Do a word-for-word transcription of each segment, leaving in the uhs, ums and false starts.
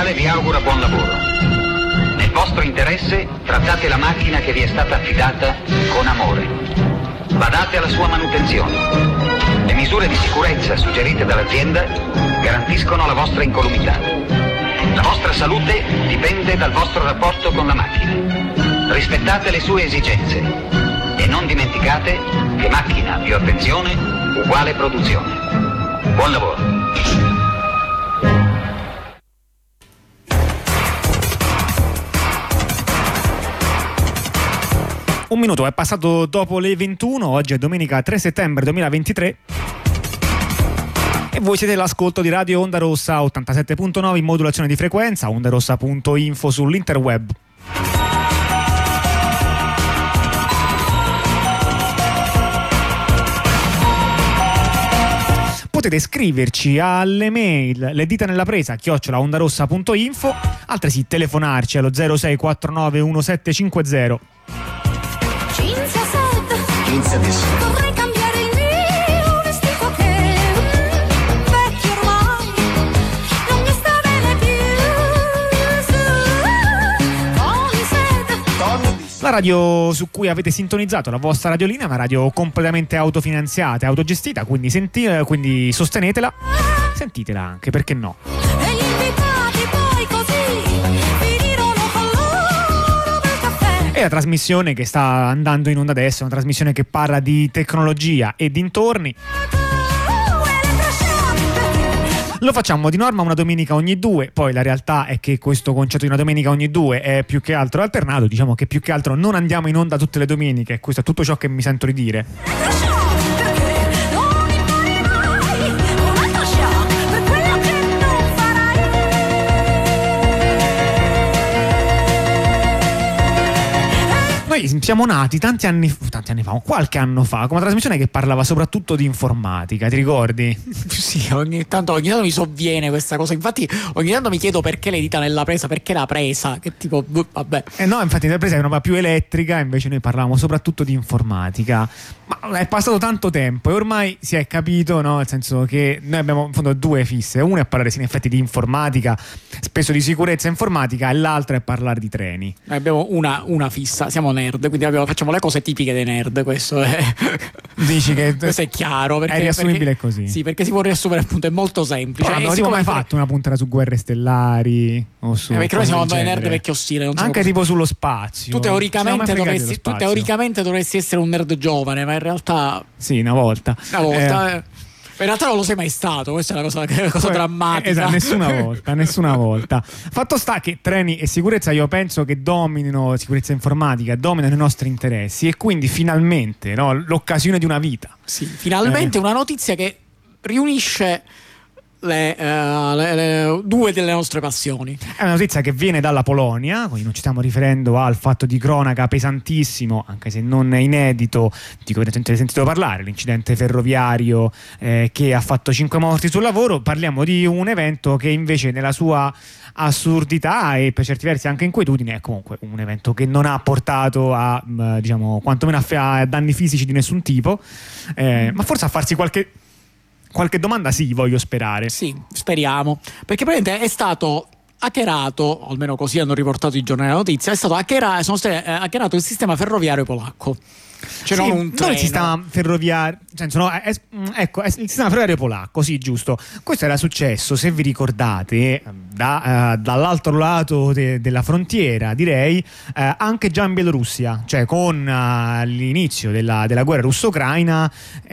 generale vi augura buon lavoro. Nel vostro interesse trattate la macchina che vi è stata affidata con amore. Badate alla sua manutenzione. Le misure di sicurezza suggerite dall'azienda garantiscono la vostra incolumità. La vostra salute dipende dal vostro rapporto con la macchina. Rispettate le sue esigenze e non dimenticate che macchina più attenzione uguale produzione. Buon lavoro. Un minuto è passato dopo le ventuno, oggi è domenica tre settembre duemilaventitré e voi siete all'ascolto di Radio Onda Rossa ottantasette virgola nove in modulazione di frequenza, ondarossa punto info sull'interweb. Potete scriverci alle mail le dita nella presa chiocciola ondarossa punto info, altresì telefonarci allo zero sei quattro nove uno sette cinque zero. Vorrei cambiare il mio vestito che mm, vecchio ormai non mi sta bene più su Tony Sed. La radio su cui avete sintonizzato la vostra radiolina è una radio completamente autofinanziata e autogestita, quindi, senti, quindi sostenetela, sentitela anche, perché no? E gli invitati poi così finirono con loro del caffè. E la trasmissione che sta andando in onda adesso è una trasmissione che parla di tecnologia e dintorni. Lo facciamo di norma una domenica ogni due, poi la realtà è che questo concetto di una domenica ogni due è più che altro alternato, diciamo che più che altro non andiamo in onda tutte le domeniche, questo è tutto ciò che mi sento di dire. Noi siamo nati tanti anni, tanti anni fa, qualche anno fa, con una trasmissione che parlava soprattutto di informatica, ti ricordi? Sì, ogni tanto, ogni tanto mi sovviene questa cosa. Infatti, ogni tanto mi chiedo perché le dita nella presa, perché la presa, che tipo, vabbè. Eh no, infatti la presa è una roba più elettrica, invece noi parlavamo soprattutto di informatica. Ma è passato tanto tempo e ormai si è capito, no? Nel senso che noi abbiamo in fondo due fisse. Una è parlare sì, in effetti di informatica, spesso di sicurezza informatica, e l'altra è parlare di treni. Noi abbiamo una, una fissa, siamo nerd, quindi abbiamo, facciamo le cose tipiche dei nerd, questo è. Dici che questo è chiaro, perché è riassumibile perché, così. Sì, perché si può riassumere, appunto, è molto semplice. Non abbiamo mai fatto una puntata su guerre stellari o su, eh, perché noi siamo dei nerd vecchio stile, non anche tipo sullo spazio. Tu teoricamente dovresti, tu teoricamente dovresti essere un nerd giovane, ma in realtà sì, una volta. Una volta. Eh, eh. In realtà non lo sei mai stato, questa è la cosa, la cosa drammatica. Esatto, nessuna volta, nessuna volta. Fatto sta che treni e sicurezza io penso che dominino, sicurezza informatica, dominano i nostri interessi e quindi finalmente, no, l'occasione di una vita. Sì, finalmente eh. una notizia che riunisce Le, uh, le, le, due delle nostre passioni. È una notizia che viene dalla Polonia, quindi non ci stiamo riferendo al fatto di cronaca pesantissimo, anche se non è inedito, di cui avete sentito parlare, l'incidente ferroviario eh, che ha fatto cinque morti sul lavoro. Parliamo di un evento che invece nella sua assurdità e per certi versi anche inquietudine è comunque un evento che non ha portato a diciamo quantomeno a danni fisici di nessun tipo, eh, ma forse a farsi qualche Qualche domanda sì, voglio sperare. Sì, speriamo. Perché praticamente è stato hackerato, o almeno così hanno riportato i giornali della notizia, è stato hackerato, sono stati, eh, hackerato il sistema ferroviario polacco. Cioè sì, non un treno. Non il sistema ferroviario, senso, no, è, è, ecco, è il sistema ferroviario polacco, sì, giusto. Questo era successo, se vi ricordate, da, uh, dall'altro lato de, della frontiera, direi, uh, anche già in Bielorussia, cioè con uh, l'inizio della, della guerra russo-ucraina,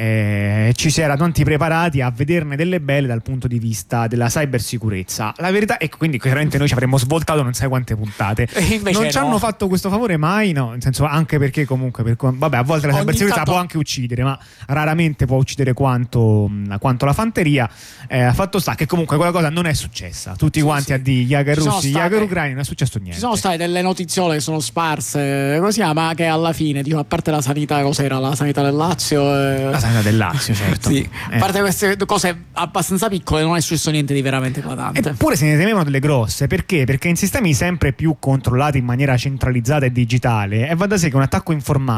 eh, ci si era tanti preparati a vederne delle belle dal punto di vista della cybersicurezza. La verità è che quindi chiaramente noi ci avremmo svoltato non sai quante puntate. Non ci no. hanno fatto questo favore mai, no, nel senso anche perché comunque per, vabbè, a volte la cybersicurezza tanto... può anche uccidere, ma raramente può uccidere quanto, quanto la fanteria. Eh, fatto sta che comunque quella cosa non è successa. Tutti sì, quanti sì. a di gli hacker russi, gli hacker ucraini, non è successo niente. Ci sono state delle notiziole che sono sparse, come si chiama, che alla fine, dico, a parte la sanità, cos'era? La sanità del Lazio? Eh... La sanità del Lazio, certo. Sì. Eh. A parte queste cose abbastanza piccole, non è successo niente di veramente eclatante. Eppure se ne temevano delle grosse. Perché? Perché in sistemi sempre più controllati in maniera centralizzata e digitale, e va da sé che un attacco informatico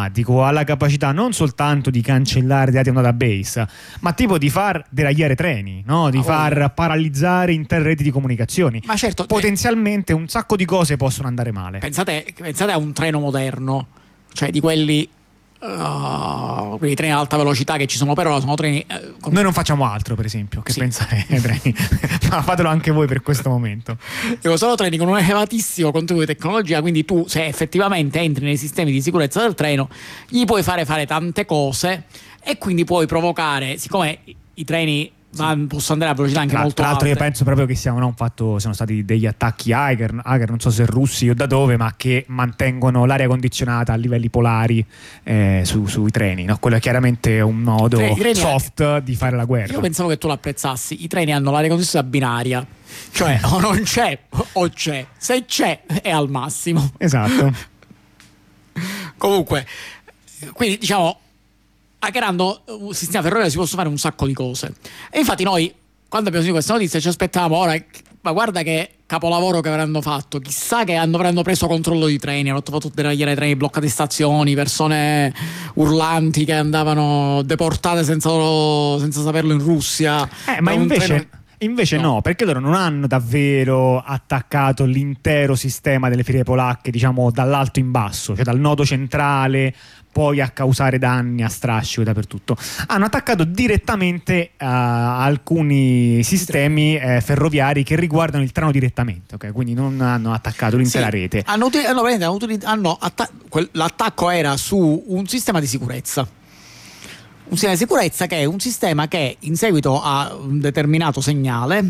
dispositivo ha la capacità non soltanto di cancellare dati da un database, ma tipo di far deragliare treni, no? Di Ah, far voglio. paralizzare intere reti di comunicazioni. Ma certo, Potenzialmente un sacco di cose possono andare male. Pensate, pensate a un treno moderno, cioè di quelli, uh, quelli treni ad alta velocità che ci sono per ora, sono treni uh, con- Noi non facciamo altro, per esempio, che Sì. pensare ai treni, ma fatelo anche voi per questo momento. dico, sono treni con un elevatissimo contenuto di tecnologia, quindi tu, se effettivamente entri nei sistemi di sicurezza del treno, gli puoi fare fare tante cose e quindi puoi provocare, siccome i, i treni vanno- possono andare a velocità anche Tra, molto tra l'altro alte. io penso proprio che siano, no, un fatto, siano stati degli attacchi hacker, hacker, non so se russi o da dove, ma che mantengono l'aria condizionata a livelli polari eh, su- sui treni, no? Quello è chiaramente un modo Tre- i treni- soft di fare la guerra. Io pensavo che tu l'apprezzassi. I treni hanno l'aria condizionata binaria, cioè o non c'è o c'è. Se c'è è al massimo. Esatto. Comunque, quindi diciamo, hackerando un sistema ferroviario si possono fare un sacco di cose. E infatti noi, quando abbiamo sentito questa notizia, ci aspettavamo ora, ma guarda che capolavoro che avranno fatto, chissà che hanno, avranno preso controllo di treni, hanno fatto deragliare treni, bloccate stazioni, persone urlanti che andavano deportate senza, loro- senza saperlo in Russia. Eh, ma Da un invece, treno- invece no. No. perché loro non hanno davvero attaccato l'intero sistema delle ferrovie polacche, diciamo dall'alto in basso, cioè dal nodo centrale poi a causare danni a strascico dappertutto. Hanno attaccato direttamente uh, alcuni sistemi eh, ferroviari che riguardano il treno direttamente, ok? Quindi non hanno attaccato l'intera Sì, rete. Hanno, uti- hanno, veramente- hanno uti- hanno atta- quel- l'attacco era su un sistema di sicurezza. Un sistema di sicurezza che è un sistema che in seguito a un determinato segnale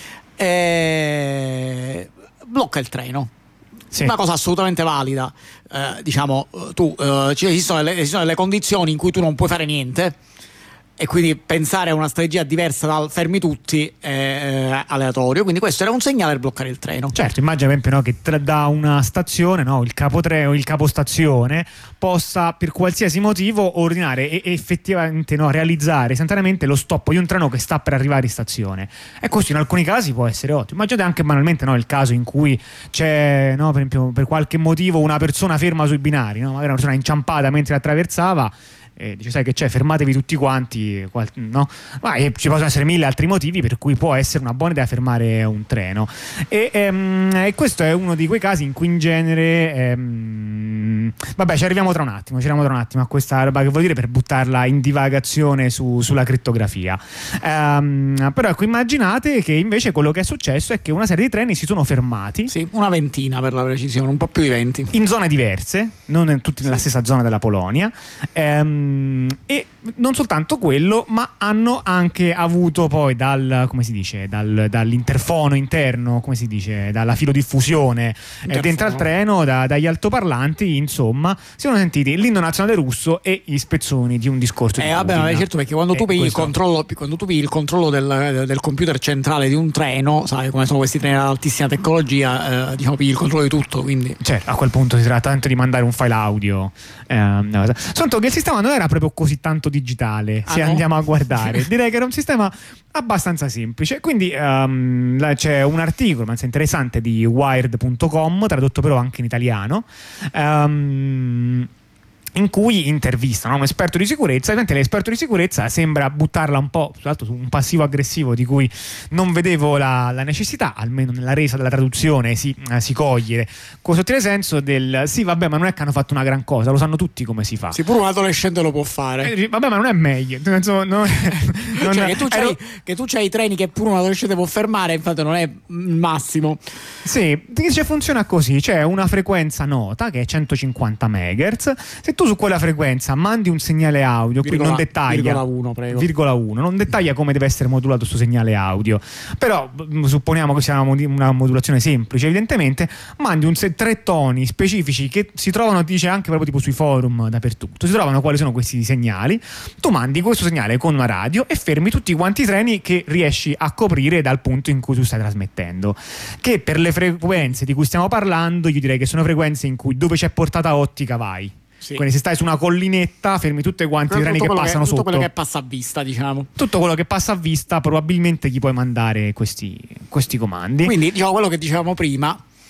eh, blocca il treno. Sì. Una cosa assolutamente valida. Eh, diciamo, eh, tu eh, ci esistono delle, esistono delle condizioni in cui tu non puoi fare niente. E quindi pensare a una strategia diversa dal fermi tutti è eh, aleatorio. Quindi questo era un segnale per bloccare il treno. Certo, immagina per esempio, no, che tra- da una stazione, no, il capotreno, il capostazione possa per qualsiasi motivo ordinare e effettivamente, no, realizzare istantaneamente lo stop di un treno che sta per arrivare in stazione. E questo in alcuni casi può essere ottimo. Immaginate anche banalmente, no, il caso in cui c'è, no, per esempio, per qualche motivo una persona ferma sui binari, no, magari una persona inciampata mentre attraversava. E dice, sai che c'è, fermatevi tutti quanti, qual- no? Ma eh, ci possono essere mille altri motivi per cui può essere una buona idea fermare un treno e, ehm, e questo è uno di quei casi in cui in genere ehm, vabbè, ci arriviamo tra un attimo ci arriviamo tra un attimo a questa roba che vuol dire per buttarla in divagazione su- sulla crittografia. Ehm, però ecco, immaginate che invece quello che è successo è che una serie di treni si sono fermati Sì, una ventina per la precisione, un po' più di venti. in zone diverse, non in- tutti nella stessa zona della Polonia. Ehm, e non soltanto quello, ma hanno anche avuto poi dal, come si dice, dal- dall'interfono interno, come si dice, dalla filodiffusione eh, Interfono. dentro al treno, da- dagli altoparlanti, insomma, si sono sentiti l'inno nazionale russo e gli spezzoni di un discorso di Eh vabbè, Putin. ma certo, perché quando tu E pigli il questo- controllo, quando tu pigli il controllo del, del computer centrale di un treno, sai come sono questi treni ad altissima tecnologia, eh, diciamo pigli il controllo di tutto, quindi Certo, a quel punto si tratta tanto di mandare un file audio. Ehm, no, soltanto che il sistema non era proprio così tanto digitale, Ah, se no? andiamo a guardare. Direi che era un sistema abbastanza semplice. Quindi ehm, là c'è un articolo ma interessante di wired punto com, tradotto però anche in italiano. ehm, in cui intervistano un esperto di sicurezza. Ovviamente l'esperto di sicurezza sembra buttarla un po' tra l'altro, su un passivo aggressivo di cui non vedevo la, la necessità, almeno nella resa della traduzione si, eh, si coglie con sottile senso del sì vabbè, ma non è che hanno fatto una gran cosa, lo sanno tutti come si fa. sì, pure un adolescente lo può fare. Eh, vabbè, ma non è meglio. Insomma, non- non- Cioè, che, tu c'hai, ero- che tu c'hai i treni che pure un adolescente può fermare, infatti non è il massimo. Sì, dice funziona così, c'è una frequenza nota che è centocinquanta megahertz. Se tu su quella frequenza mandi un segnale audio, qui Virgola- non dettaglia virgola uno, prego. virgola uno, non dettaglia come deve essere modulato questo segnale audio, però mh, supponiamo che sia una, mod- una modulazione semplice, evidentemente mandi un se- tre toni specifici che si trovano, dice anche proprio tipo sui forum dappertutto, si trovano quali sono questi segnali, tu mandi questo segnale con una radio e fermi tutti quanti i treni che riesci a coprire dal punto in cui tu stai trasmettendo, che per le frequenze di cui stiamo parlando io direi che sono frequenze in cui dove c'è portata ottica vai. Sì. Quindi se stai su una collinetta fermi tutti quanti i treni che quello passano tutto sotto. quello che passa a vista, diciamo. Tutto quello che passa a vista probabilmente gli puoi mandare questi, questi comandi. Quindi, diciamo, quello che dicevamo prima,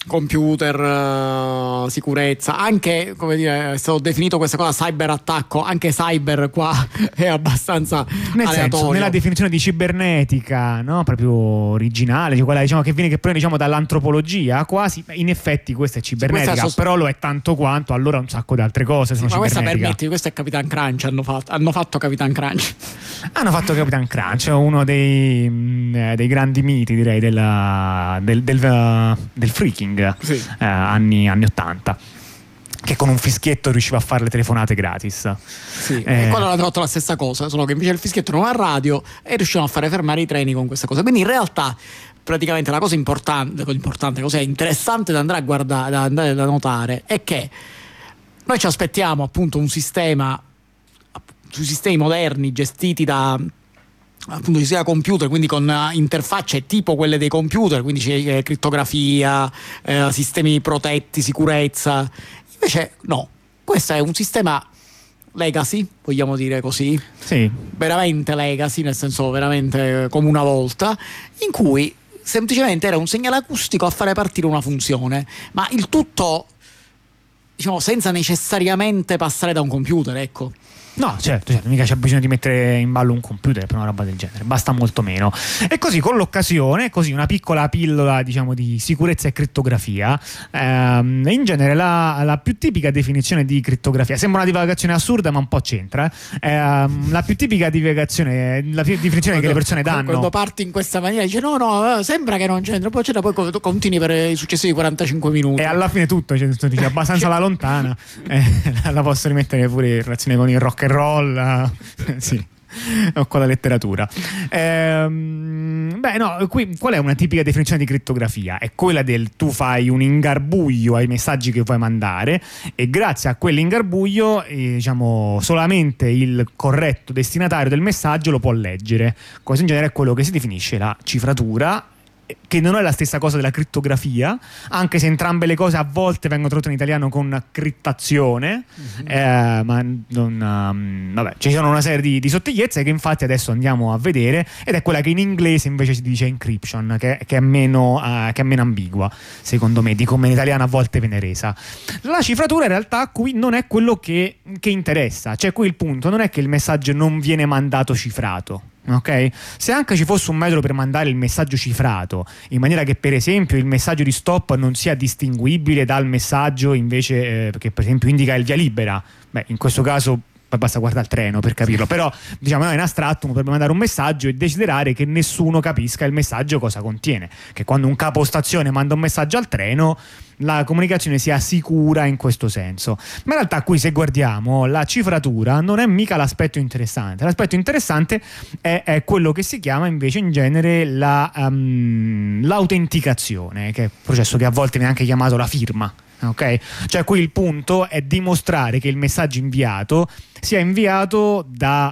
computer, uh, sicurezza, anche, come dire, è stato definito questa cosa cyber attacco, anche cyber qua è abbastanza nel aleatorio. senso, nella definizione di cibernetica, no? Proprio originale, cioè quella diciamo che viene che proviene diciamo dall'antropologia, quasi in effetti questa è cibernetica, Questa è sost- però lo è tanto quanto, allora un sacco di altre cose sono Ma questa cibernetica. permetti, questo è Capitan Crunch, hanno fatto, hanno fatto Capitan Crunch. Hanno fatto Capitan Crunch, uno dei, mh, dei grandi miti, direi, della, del, del, uh, del freaking, Sì. eh, anni, anni ottanta, che con un fischietto riusciva a fare le telefonate gratis. Sì, Eh, e quello hanno fatto la stessa cosa, solo che invece il fischietto non a radio e riuscivano a fare fermare i treni con questa cosa. Quindi in realtà praticamente la cosa importante, importante cosa è interessante da andare a guardare, da andare da notare, è che noi ci aspettiamo appunto un sistema, sui sistemi moderni gestiti da appunto sia computer, quindi con uh, interfacce tipo quelle dei computer, quindi c'è eh, crittografia, eh, sistemi protetti, sicurezza. Invece no, questo è un sistema legacy, vogliamo dire così, sì. veramente legacy, nel senso veramente come una volta, in cui semplicemente era un segnale acustico a fare partire una funzione, ma il tutto, diciamo, senza necessariamente passare da un computer, ecco. No, certo, certo, mica c'è bisogno di mettere in ballo un computer per una roba del genere, basta molto meno. E così con l'occasione, così una piccola pillola diciamo di sicurezza e crittografia, ehm, in genere la, la più tipica definizione di crittografia, sembra una divagazione assurda ma un po' c'entra, ehm, la più tipica divagazione, la più definizione che le persone danno. Quando parti in questa maniera dice no no, sembra che non c'entra, poi c'entra, poi continui per i successivi quarantacinque minuti. E alla fine tutto, cioè, tu dici abbastanza alla lontana, eh, la posso rimettere pure in relazione con il rock and roll, sì, o con la letteratura. Ehm, beh, no, qui qual è una tipica definizione di crittografia? È quella del tu fai un ingarbuglio ai messaggi che vuoi mandare e grazie a quell'ingarbuglio, eh, diciamo, solamente il corretto destinatario del messaggio lo può leggere. Questo in genere è quello che si definisce la cifratura, che non è la stessa cosa della crittografia, anche se entrambe le cose a volte vengono tradotte in italiano con crittazione, mm-hmm. eh, ma non, um, vabbè, ci sono una serie di, di sottigliezze che infatti adesso andiamo a vedere, ed è quella che in inglese invece si dice encryption, che, che, è, meno, uh, che è meno ambigua, secondo me, di come in italiano a volte viene resa. La cifratura in realtà qui non è quello che, che interessa, cioè qui il punto non è che il messaggio non viene mandato cifrato. Ok? Se anche ci fosse un metodo per mandare il messaggio cifrato in maniera che per esempio il messaggio di stop non sia distinguibile dal messaggio invece eh, che per esempio indica il via libera, beh, in questo caso basta guardare il treno per capirlo, però diciamo no, in astratto uno potrebbe mandare un messaggio e desiderare che nessuno capisca il messaggio cosa contiene, che quando un capostazione manda un messaggio al treno la comunicazione sia sicura in questo senso. Ma in realtà qui, se guardiamo, la cifratura non è mica l'aspetto interessante. L'aspetto interessante è, è quello che si chiama invece in genere la, um, l'autenticazione, che è un processo che a volte viene anche chiamato la firma. Ok? Cioè qui il punto è dimostrare che il messaggio inviato sia inviato da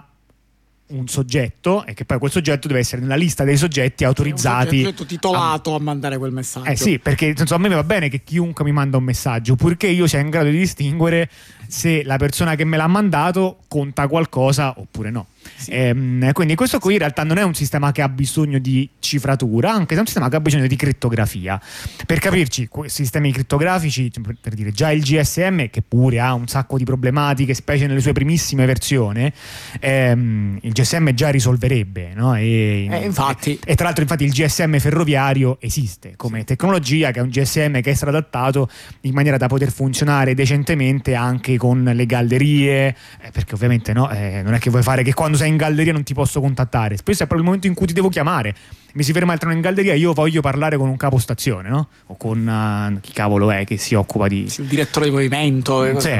un soggetto e che poi quel soggetto deve essere nella lista dei soggetti autorizzati, un soggetto titolato a, a mandare quel messaggio. Eh sì, perché nel senso, a me va bene che chiunque mi manda un messaggio, purché io sia in grado di distinguere se la persona che me l'ha mandato conta qualcosa oppure no. Sì. Ehm, quindi questo qui in realtà non è un sistema che ha bisogno di cifratura, anche se è un sistema che ha bisogno di crittografia. Per capirci, sistemi crittografici, per dire, già il G S M, che pure ha un sacco di problematiche, specie nelle sue primissime versioni, ehm, il G S M già risolverebbe, no? E, eh, infatti. e, e tra l'altro infatti il G S M ferroviario esiste come sì. tecnologia, che è un G S M che è stato adattato in maniera da poter funzionare decentemente anche con le gallerie, eh, perché ovviamente no, eh, non è che vuoi fare che quando sei in galleria non ti posso contattare, spesso è proprio il momento in cui ti devo chiamare, mi si ferma il treno in galleria, io voglio parlare con un capostazione, no? O con uh, chi cavolo è che si occupa di sì, il direttore di movimento, sì.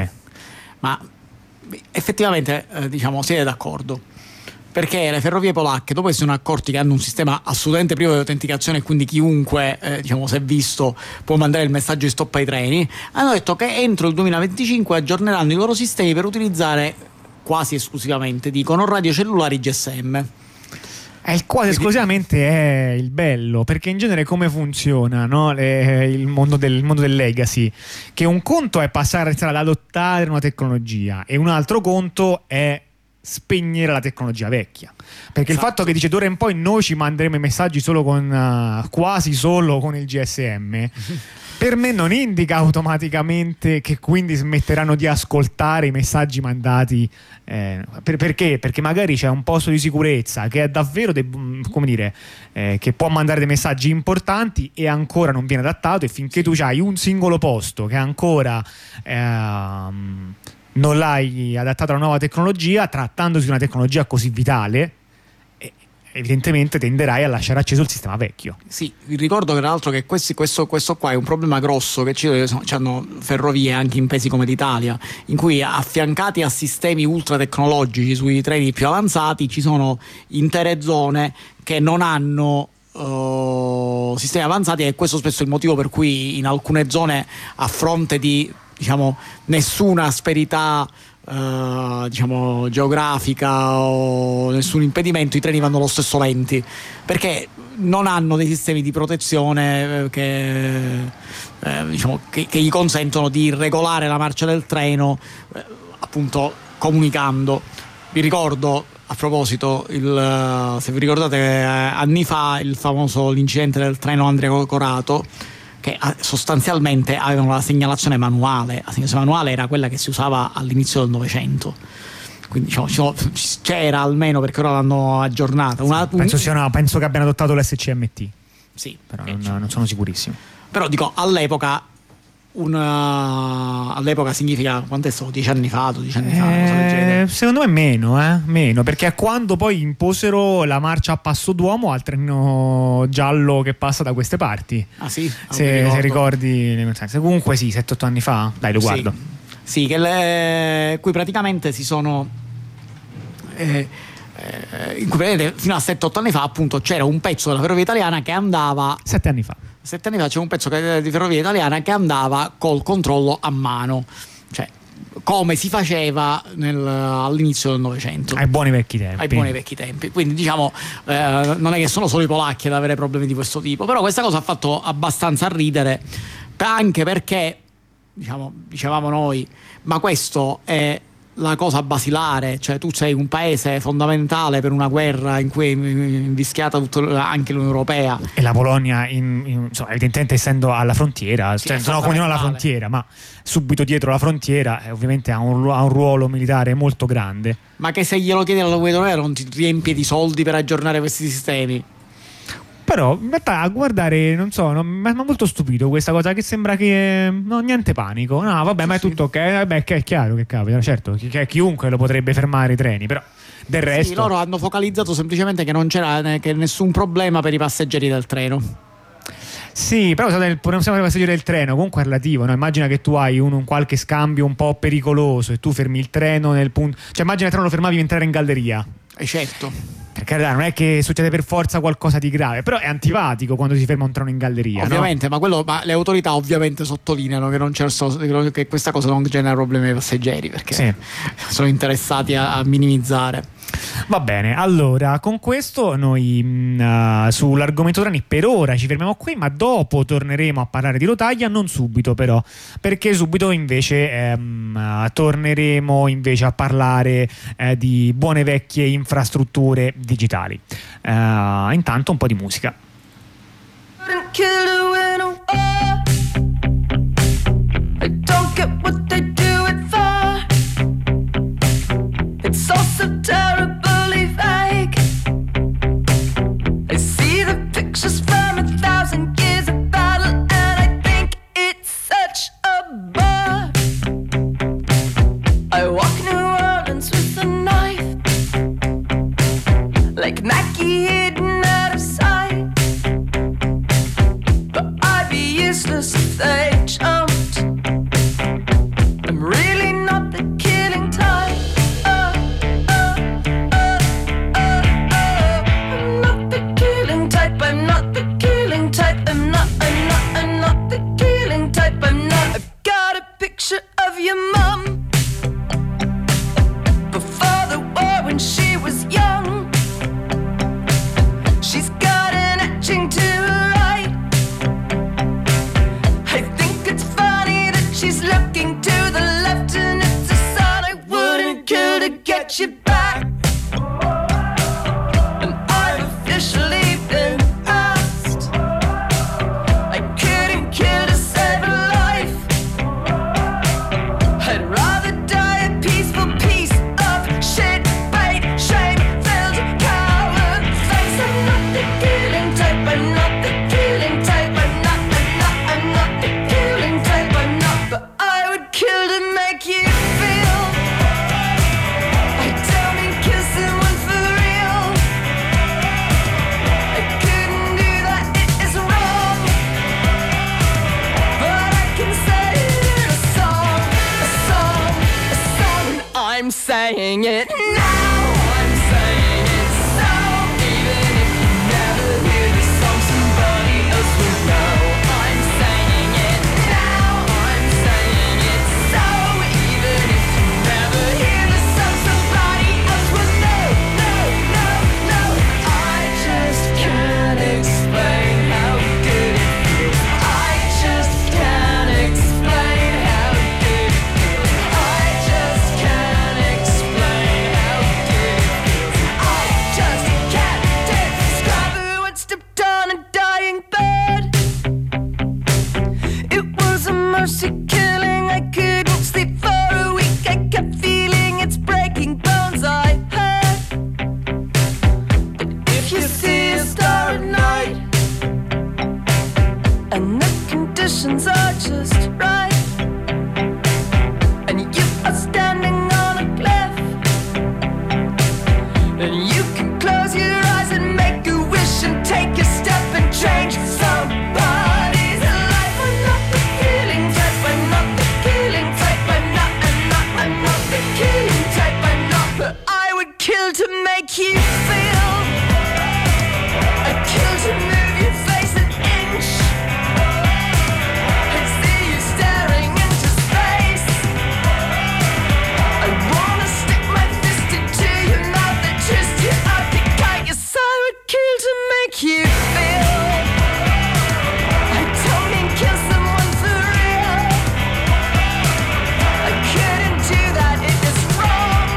Ma effettivamente eh, diciamo siete d'accordo, perché le ferrovie polacche, dopo che si sono accorti che hanno un sistema assolutamente privo di autenticazione e quindi chiunque eh, diciamo si è visto può mandare il messaggio di stop ai treni, hanno detto che entro il duemilaventicinque aggiorneranno i loro sistemi per utilizzare quasi esclusivamente, dicono, radiocellulari G S M. È il quasi esclusivamente è il bello, perché in genere come funziona, no? Le, il, mondo del, il mondo del legacy, che un conto è passare ad adottare una tecnologia e un altro conto è spegnere la tecnologia vecchia, perché esatto. il fatto che dice d'ora in poi noi ci manderemo i messaggi solo con uh, quasi solo con il G S M per me non indica automaticamente che quindi smetteranno di ascoltare i messaggi mandati. Eh, per, perché? Perché magari c'è un posto di sicurezza che è davvero de- come dire eh, che può mandare dei messaggi importanti e ancora non viene adattato, e finché tu hai un singolo posto che ancora ehm, non l'hai adattato alla nuova tecnologia, trattandosi di una tecnologia così vitale, evidentemente tenderai a lasciare acceso il sistema vecchio. Sì, vi ricordo tra l'altro che questi, questo, questo qua è un problema grosso che ci, hanno ferrovie anche in paesi come l'Italia, in cui affiancati a sistemi ultra tecnologici sui treni più avanzati ci sono intere zone che non hanno uh, sistemi avanzati, e questo spesso è il motivo per cui in alcune zone, a fronte di, diciamo, nessuna asperità Uh, diciamo geografica o nessun impedimento, i treni vanno lo stesso lenti, perché non hanno dei sistemi di protezione che, eh, diciamo, che, che gli consentono di regolare la marcia del treno, eh, appunto comunicando. Vi ricordo, a proposito, il, se vi ricordate, eh, anni fa il famoso l'incidente del treno Andrea Corato, che sostanzialmente avevano la segnalazione manuale. La segnalazione manuale era quella che si usava all'inizio del Novecento, quindi diciamo, c'era almeno, perché ora l'hanno aggiornata. Una, penso, sia una, penso che abbiano adottato l'S C M T, sì, però non, non sono sicurissimo. Però dico, all'epoca una, all'epoca significa, quanto è stato? dieci anni fa, dodici anni fa, eh, secondo me meno, eh? meno, perché quando poi imposero la marcia a passo d'uomo al treno giallo che passa da queste parti. Ah sì? Ah, se, se ricordi, comunque sì, sette otto anni fa, dai, lo guardo. Sì, sì, che le, qui praticamente si sono eh, eh, in cui fino a sette otto anni fa appunto c'era un pezzo della ferrovia italiana che andava sette anni fa Sette anni fa c'è un pezzo di ferrovia italiana che andava col controllo a mano, cioè come si faceva nel, all'inizio del Novecento, ai buoni vecchi tempi. Ai buoni vecchi tempi. Quindi diciamo eh, non è che sono solo i polacchi ad avere problemi di questo tipo, però questa cosa ha fatto abbastanza ridere, anche perché, diciamo, dicevamo noi, ma questo è la cosa basilare, cioè tu sei un paese fondamentale per una guerra in cui è invischiata tutto, anche l'Unione Europea, e la Polonia in, in, insomma, evidentemente essendo alla frontiera, sì, cioè, no, non alla frontiera ma subito dietro la frontiera, eh, ovviamente ha un, ha un ruolo militare molto grande. Ma che se glielo chiedi alla Unione Europea non ti riempie di soldi per aggiornare questi sistemi? Però in realtà a guardare, non so, mi ha molto stupito questa cosa, che sembra che no, niente panico, no vabbè, sì, ma è tutto ok, vabbè, che è chiaro che capita, certo, che chiunque lo potrebbe fermare i treni, però del resto sì, loro hanno focalizzato semplicemente che non c'era che nessun problema per i passeggeri del treno. Sì, però il problema dei passeggeri del treno comunque è relativo, no? Immagina che tu hai un, un qualche scambio un po' pericoloso e tu fermi il treno nel punto, cioè immagina il treno lo fermavi entrare in galleria. E certo, perché non è che succede per forza qualcosa di grave, però è antipatico quando si ferma un treno in galleria, ovviamente, no? ma, quello, ma le autorità ovviamente sottolineano che, non c'è, che questa cosa non genera problemi ai passeggeri, perché sì, sono interessati a, a minimizzare. Va bene, allora con questo noi mh, sull'argomento treni per ora ci fermiamo qui, ma dopo torneremo a parlare di rotaia, non subito però, perché subito invece ehm, torneremo invece a parlare eh, di buone vecchie infrastrutture digitali. Uh, intanto un po' di musica. Terribly vague. I see the pictures from a thousand years of battle, and I think it's such a bore. I walk New Orleans with a knife, like Mackie hidden out of sight. But I'd be useless if they jumped. I'm really not the killing type. Picture of your mom before the war when she was young. She's got an etching to write. I think saying it now. I'm saying it so, even if you never hear the song, somebody else will know. I'm saying it now. I'm saying it so, even if you never hear the song, somebody else will know. No, no, no. I just can't explain how good it feels. I just can't explain how good it feels. I just can't explain how good it feels. I just can't describe who had stepped on a dying bed. It was a mercy killing. I couldn't sleep for a week. I kept feeling its breaking bones. I heard, but if you see a star at night and the conditions are just right, and you are standing on a cliff, and you can close your eyes and make a wish and take a step and change somebody's life. I'm not the killing type, I'm not the killing type, I'm not, I'm not, I'm not the killing type, I'm not, but I would kill to make you feel. I'd kill to move your face an inch. I'd see you staring into space. I wanna stick my fist into your mouth and twist you up and cut you so I would kill to make you feel. I don't mean kill someone for real. I couldn't do that, it is wrong.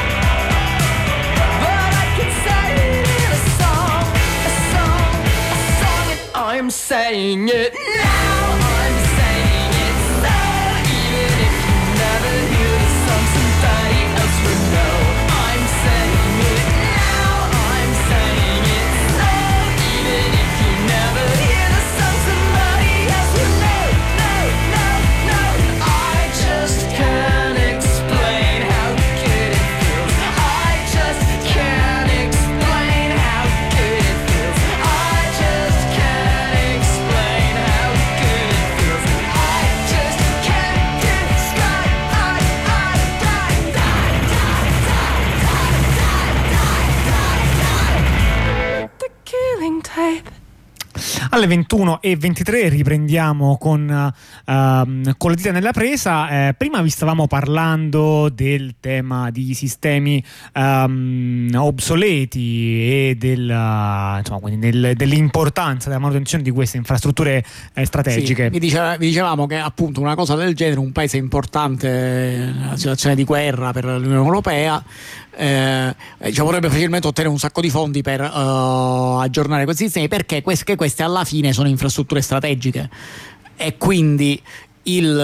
But I can say it in a song, a song, a song, and I'm saying it now. I'm saying it so, even if you never hear the song, somebody else will know. I'm saying it now. I'm saying it so, even if you never hear the song, somebody else will know. No, no, no. I just can't explain how good it feels. I just can't explain how good it feels. I just can't explain how good it feels. I just can't describe. I, I, die, die, die, die, die, die, die, die, die. The killing type. Alle ventuno e ventitré riprendiamo con, ehm, con le dita nella presa. Eh, prima vi stavamo parlando del tema di sistemi ehm, obsoleti e del, eh, insomma, quindi del- dell'importanza della manutenzione di queste infrastrutture eh, strategiche. Sì, vi, dice- vi dicevamo che appunto una cosa del genere, un paese importante nella situazione di guerra per l'Unione Europea, eh, diciamo, vorrebbe facilmente ottenere un sacco di fondi per eh, aggiornare questi sistemi, perché queste, che queste alla fine sono infrastrutture strategiche e quindi il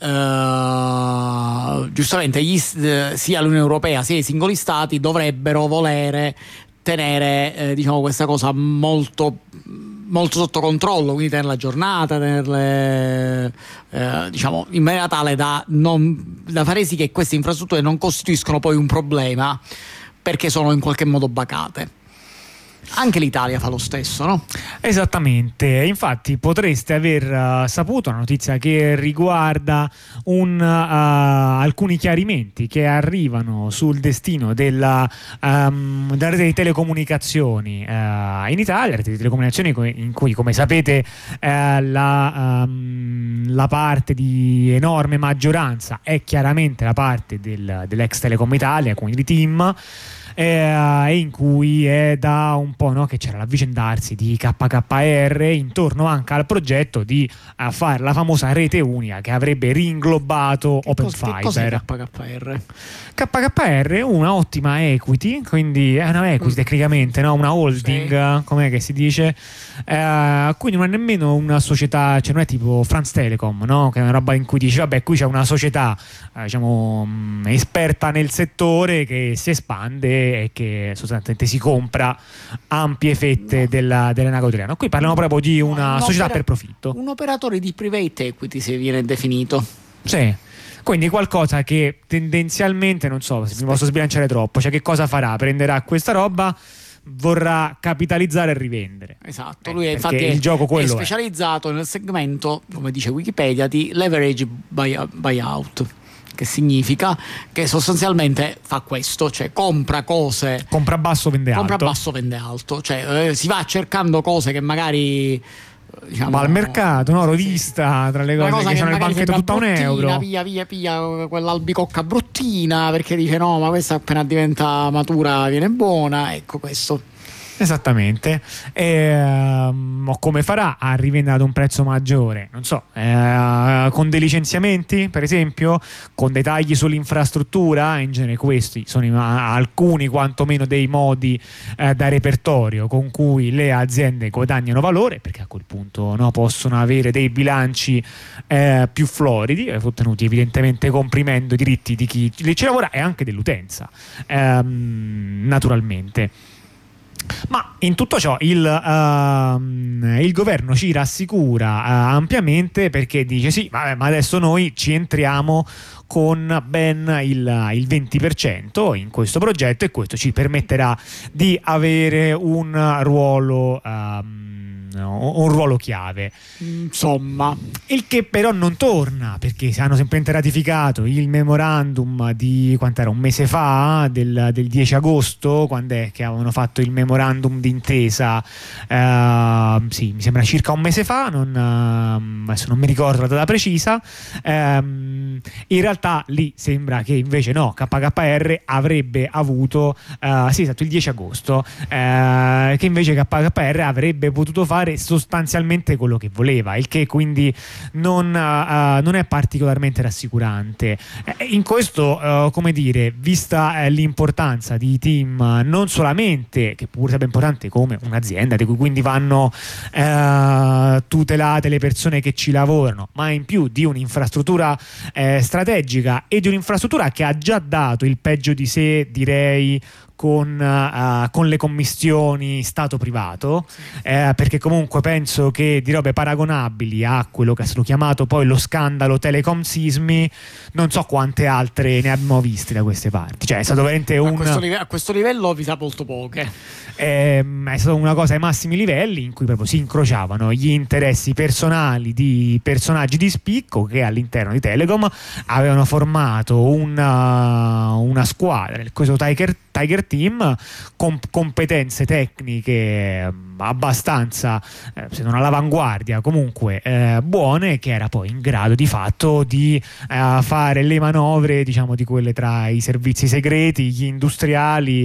eh, giustamente gli, s- sia l'Unione Europea sia i singoli stati dovrebbero volere tenere eh, diciamo questa cosa molto molto sotto controllo, quindi tenerla aggiornata, tenerle eh, diciamo in maniera tale da, non, da fare sì che queste infrastrutture non costituiscono poi un problema perché sono in qualche modo bacate. Anche l'Italia fa lo stesso, no? Esattamente, infatti potreste aver uh, saputo una notizia che riguarda un, uh, alcuni chiarimenti che arrivano sul destino della, um, della rete di telecomunicazioni uh, in Italia, rete di telecomunicazioni co- in cui, come sapete, uh, la, um, la parte di enorme maggioranza è chiaramente la parte del, dell'ex Telecom Italia, quindi di TIM, eh, e in cui è da un po', no, che c'era l'avvicendarsi di K K R intorno anche al progetto di uh, fare la famosa rete unica che avrebbe ringlobato Open Cos- che Fiber. cos'è K K R? K K R è una ottima equity, quindi è una equity Mm. tecnicamente, no? Una holding, Sì. eh, com'è che si dice? Eh, quindi non è nemmeno una società, cioè non è tipo France Telecom, no? Che è una roba in cui dici vabbè, qui c'è una società eh, diciamo mh, esperta nel settore che si espande e che sostanzialmente si compra ampie fette No. della, dell'enago italiano. Qui parliamo proprio di una Un società opera- per profitto. Un operatore di private equity, se viene definito. Sì. Quindi qualcosa che tendenzialmente, non so se mi posso sbilanciare troppo, cioè che cosa farà? Prenderà questa roba, vorrà capitalizzare e rivendere. Esatto, Eh, lui è, perché infatti è, il gioco è quello è. specializzato nel segmento, come dice Wikipedia, di leverage buy- buyout. Che significa che sostanzialmente fa questo, cioè compra cose, compra basso, vende compra alto. basso, vende alto, cioè eh, si va cercando cose che magari, diciamo, va al mercato, no? Rovista, sì, tra le cose che, che sono nel banchetto tutta un euro. Via, via, via quell'albicocca bruttina perché dice no, ma questa appena diventa matura viene buona, ecco questo. Esattamente. E, uh, come farà a rivendere ad un prezzo maggiore? Non so, eh, con dei licenziamenti, per esempio, con dei tagli sull'infrastruttura. In genere questi sono in, a, alcuni quantomeno dei modi eh, da repertorio con cui le aziende guadagnano valore, perché a quel punto, no, possono avere dei bilanci eh, più floridi, eh, ottenuti evidentemente comprimendo i diritti di chi li ci lavora e anche dell'utenza, ehm, naturalmente. Ma in tutto ciò il, uh, il governo ci rassicura uh, ampiamente, perché dice sì, ma, ma adesso noi ci entriamo con ben il, il venti per cento in questo progetto e questo ci permetterà di avere un ruolo um, un ruolo chiave, insomma, il che però non torna, perché hanno semplicemente ratificato il memorandum di quant'era un mese fa, del, del dieci agosto, quando è che avevano fatto il memorandum d'intesa, uh, sì, mi sembra circa un mese fa, non, uh, adesso non mi ricordo la data precisa. Um, in realtà lì sembra che invece no, K K R avrebbe avuto uh, sì, esatto, il dieci agosto, uh, che invece K K R avrebbe potuto fare sostanzialmente quello che voleva, il che quindi non, uh, non è particolarmente rassicurante. Eh, in questo, uh, come dire, vista eh, l'importanza di Tim, uh, non solamente, che pure sarebbe importante come un'azienda di cui quindi vanno uh, tutelate le persone che ci lavorano, ma in più di un'infrastruttura eh, strategica e di un'infrastruttura che ha già dato il peggio di sé, direi, Con, uh, con le commistioni Stato-privato, eh, perché comunque penso che di robe paragonabili a quello che è stato chiamato poi lo scandalo Telecom Sismi non so quante altre ne abbiamo viste da queste parti, cioè è stato veramente un... a questo, live- a questo livello vi sa molto poche. Eh, è stata una cosa ai massimi livelli in cui proprio si incrociavano gli interessi personali di personaggi di spicco che all'interno di Telecom avevano formato una, una squadra, questo Tiger, Tiger Team, con competenze tecniche abbastanza, eh, se non all'avanguardia, comunque eh, buone, che era poi in grado di fatto di eh, fare le manovre, diciamo, di quelle tra i servizi segreti, gli industriali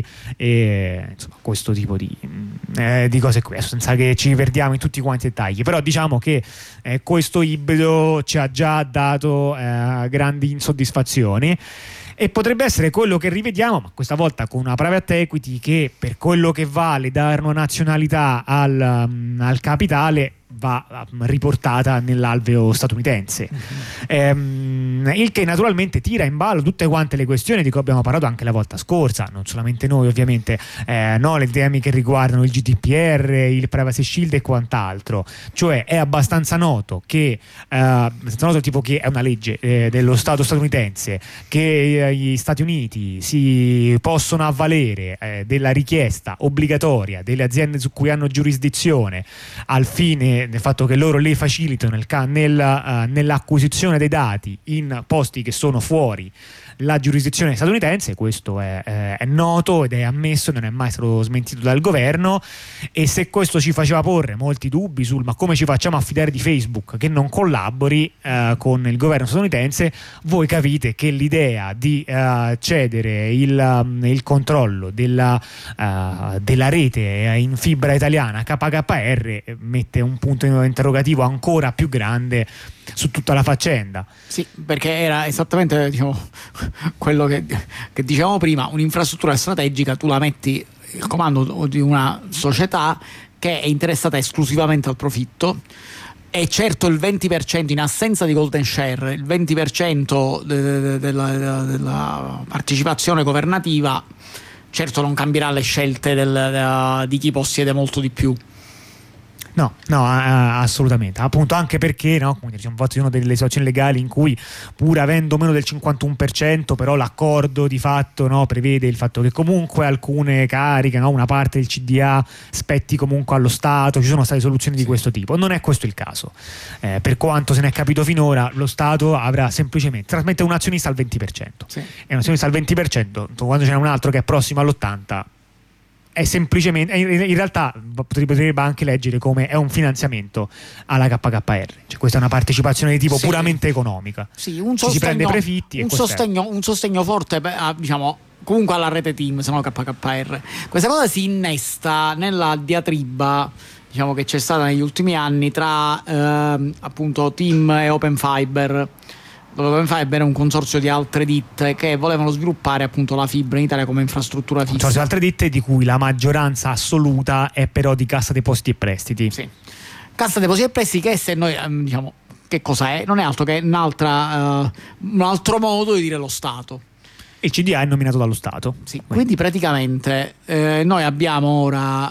e insomma questo tipo di, eh, di cose qui, senza che ci perdiamo in tutti quanti i dettagli. Però diciamo che eh, questo ibrido ci ha già dato eh, grandi insoddisfazioni e potrebbe essere quello che rivediamo, ma questa volta con una private equity che, per quello che vale dare una nazionalità al, um, al capitale, va riportata nell'alveo statunitense. Mm-hmm. Ehm, il che naturalmente tira in ballo tutte quante le questioni di cui abbiamo parlato anche la volta scorsa, non solamente noi ovviamente, eh, no, le temi che riguardano il G D P R, il Privacy Shield e quant'altro. Cioè è abbastanza noto che eh, abbastanza noto tipo che è una legge eh, dello Stato statunitense che eh, gli Stati Uniti si possono avvalere eh, della richiesta obbligatoria delle aziende su cui hanno giurisdizione al fine del fatto che loro le facilitano nel, nel, uh, nell'acquisizione dei dati in posti che sono fuori la giurisdizione statunitense. Questo è, eh, è noto ed è ammesso, non è mai stato smentito dal governo, e se questo ci faceva porre molti dubbi sul ma come ci facciamo a fidare di Facebook che non collabori eh, con il governo statunitense, voi capite che l'idea di eh, cedere il, um, il controllo della, uh, della rete in fibra italiana a K K R mette un punto interrogativo ancora più grande su tutta la faccenda. Sì, perché era esattamente, diciamo, quello che, che dicevamo prima: un'infrastruttura strategica tu la metti il comando di una società che è interessata esclusivamente al profitto, e certo il venti per cento, in assenza di golden share, il venti per cento de- de- della, della partecipazione governativa certo non cambierà le scelte del, de- di chi possiede molto di più. No, no, uh, assolutamente. Appunto, anche perché, no, come diciamo, ci sono delle situazioni legali in cui, pur avendo meno del cinquantuno per cento, però l'accordo di fatto, no, prevede il fatto che comunque alcune cariche, no, una parte del C D A spetti comunque allo Stato. Ci sono state soluzioni di Sì. questo tipo. Non è questo il caso. Eh, per quanto se ne è capito finora, lo Stato avrà semplicemente trasmette un azionista al venti per cento. Sì. E un azionista al venti per cento, quando c'è un altro che è prossimo all'ottanta per cento, è semplicemente, in realtà potrebbe anche leggere come è un finanziamento alla K K R, cioè questa è una partecipazione di tipo Sì. puramente economica. Sì, un Ci si prende sostegno, profitti e un questo è. sostegno, un sostegno forte per, a, diciamo, comunque alla rete team, se no K K R. Questa cosa si innesta nella diatriba, diciamo, che c'è stata negli ultimi anni tra ehm, appunto Team e Open Fiber. Open Fiber è un consorzio di altre ditte che volevano sviluppare appunto la fibra in Italia come infrastruttura fissa. Consorzio di altre ditte di cui la maggioranza assoluta è però di Cassa Depositi e Prestiti. Sì. Cassa Depositi e Prestiti, che se noi ehm, diciamo che cosa è? Non è altro che un'altra, eh, un altro modo di dire lo Stato. Il C D A è nominato dallo Stato. Sì, quindi praticamente eh, noi abbiamo ora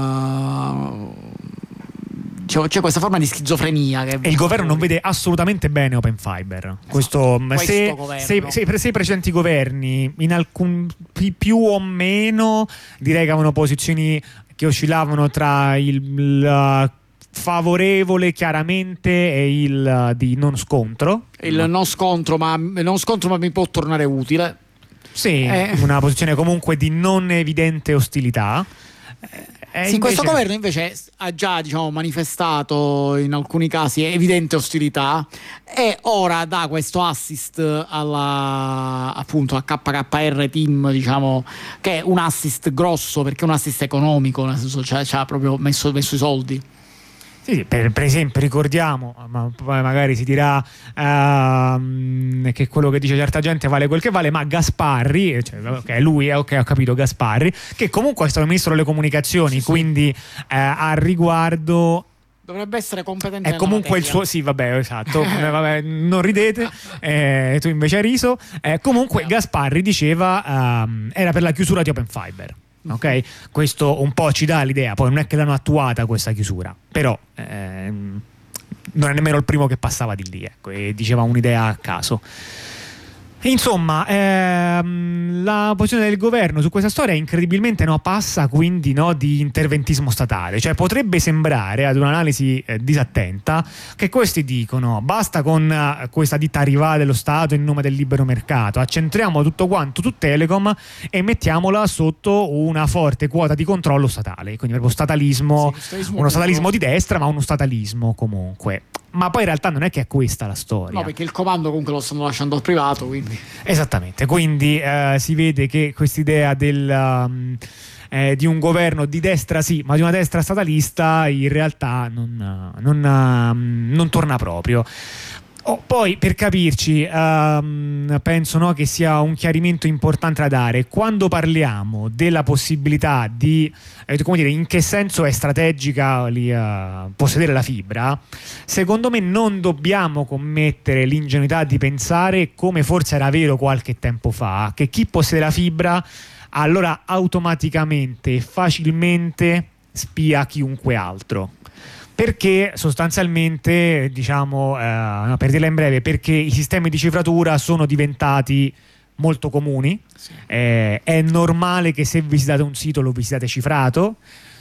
eh, c'è, c'è questa forma di schizofrenia che E il governo non vede assolutamente bene Open Fiber. Questo, questo se, governo. se, se, se i precedenti governi, in alcun pi- più o meno, direi che avevano posizioni che oscillavano tra il, il favorevole chiaramente e il di non scontro. il non scontro, ma non scontro, ma mi può tornare utile. Sì, Eh. una posizione comunque di non evidente ostilità. Eh, Sì, invece- questo governo invece ha già, diciamo, manifestato in alcuni casi evidente ostilità e ora dà questo assist alla, appunto, a K K R Team, diciamo, che è un assist grosso perché è un assist economico, nel senso ci ha, ci ha proprio messo, messo i soldi. Sì, sì, per, per esempio ricordiamo, ma poi magari si dirà ehm, che quello che dice certa gente vale quel che vale, ma Gasparri, cioè, ok, lui è ok, ho capito, Gasparri, che comunque è stato ministro delle comunicazioni, Sì, sì. quindi eh, a riguardo Dovrebbe essere competente è nella comunque il materia. suo, sì, vabbè, esatto. Eh, vabbè, non ridete, eh, tu invece hai riso. Eh, comunque Gasparri diceva ehm, era per la chiusura di Open Fiber. Ok, questo un po' ci dà l'idea. Poi non è che l'hanno attuata questa chiusura, però ehm, non è nemmeno il primo che passava di lì, ecco, e diceva un'idea a caso. Insomma, ehm, la posizione del governo su questa storia incredibilmente no, passa quindi no, di interventismo statale, cioè potrebbe sembrare ad un'analisi eh, disattenta che questi dicono basta con eh, questa ditta rivale dello Stato in nome del libero mercato, accentriamo tutto quanto su Telecom e mettiamola sotto una forte quota di controllo statale, quindi proprio statalismo, Sì, statalismo uno statalismo puro. di destra ma uno statalismo comunque. Ma poi in realtà non è che è questa la storia. No, perché il comando comunque lo stanno lasciando al privato, quindi Esattamente, quindi eh, si vede che quest'idea del, um, eh, di un governo di destra sì, ma di una destra statalista in realtà non, non, um, non torna proprio. Oh, poi per capirci, um, penso no, che sia un chiarimento importante da dare. Quando parliamo della possibilità di, eh, come dire, in che senso è strategica lì, uh, possedere la fibra, secondo me non dobbiamo commettere l'ingenuità di pensare, come forse era vero qualche tempo fa, che chi possiede la fibra allora automaticamente e facilmente spia chiunque altro. Perché sostanzialmente, diciamo, eh, no, per dirla in breve, perché i sistemi di cifratura sono diventati molto comuni. sì. Eh, è normale che se visitate un sito lo visitate cifrato,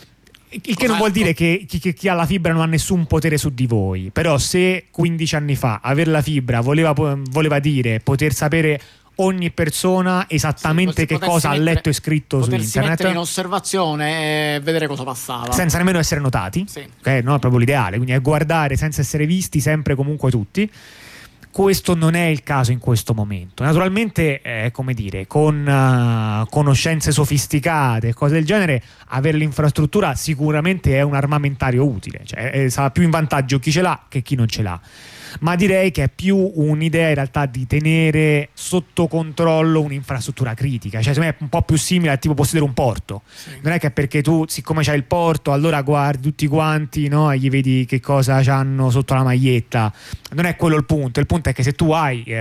il che non vuol dire che chi, che chi ha la fibra non ha nessun potere su di voi. Però se quindici anni fa avere la fibra voleva, voleva dire poter sapere ogni persona esattamente Sì, che potersi cosa ha mettere- letto e scritto su potersi mettere in internet osservazione e vedere cosa passava. senza nemmeno essere notati, Sì. ok? No, è proprio l'ideale, quindi è guardare senza essere visti sempre comunque tutti. Questo non è il caso in questo momento. Naturalmente, eh, come dire, con uh, conoscenze sofisticate e cose del genere, avere l'infrastruttura sicuramente è un armamentario utile, cioè eh, sarà più in vantaggio chi ce l'ha che chi non ce l'ha. Ma direi che è più un'idea in realtà di tenere sotto controllo un'infrastruttura critica, cioè secondo me è un po' più simile al tipo possedere un porto. Sì. Non è che perché tu, siccome c'hai il porto, allora guardi tutti quanti, no, e gli vedi che cosa hanno sotto la maglietta. Non è quello il punto. Il punto è che se tu hai eh,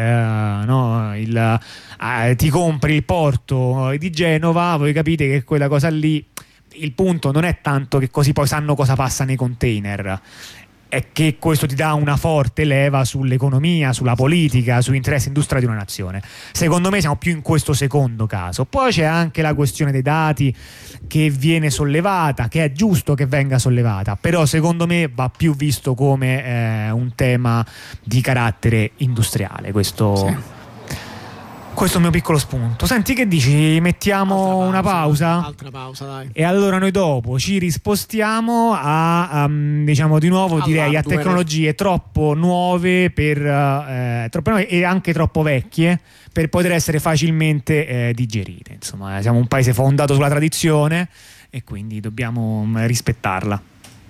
no, il, eh, ti compri il porto di Genova, voi capite che quella cosa lì il punto non è tanto che così poi sanno cosa passa nei container, è che questo ti dà una forte leva sull'economia, sulla politica, sugli interessi industriali di una nazione. Secondo me siamo più in questo secondo caso. Poi c'è anche la questione dei dati che viene sollevata, che è giusto che venga sollevata, però secondo me va più visto come eh, un tema di carattere industriale. Questo... Sì. Questo è il mio piccolo spunto. Senti, che dici? Mettiamo pausa, una pausa? Altra pausa, dai. E allora noi dopo ci rispostiamo a, um, diciamo di nuovo, allora, direi a tecnologie troppo nuove per eh, troppo nuove e anche troppo vecchie per poter essere facilmente eh, digerite. Insomma, siamo un paese fondato sulla tradizione e quindi dobbiamo um, rispettarla.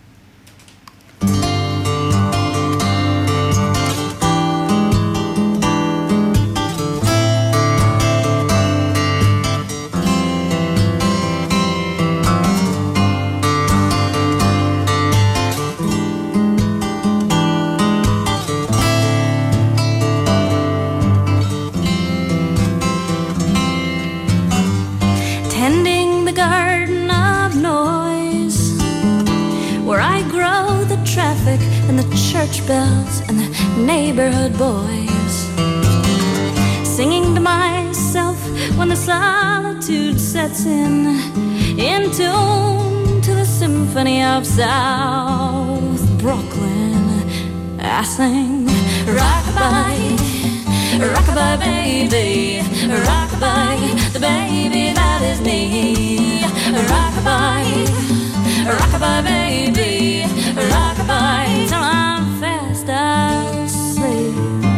And the church bells and the neighborhood boys, singing to myself when the solitude sets in, in tune to the symphony of South Brooklyn. I sing rockabye, rockabye baby, rockabye, the baby that is me. Rockabye, rockabye baby, rockabye till I'm fast asleep.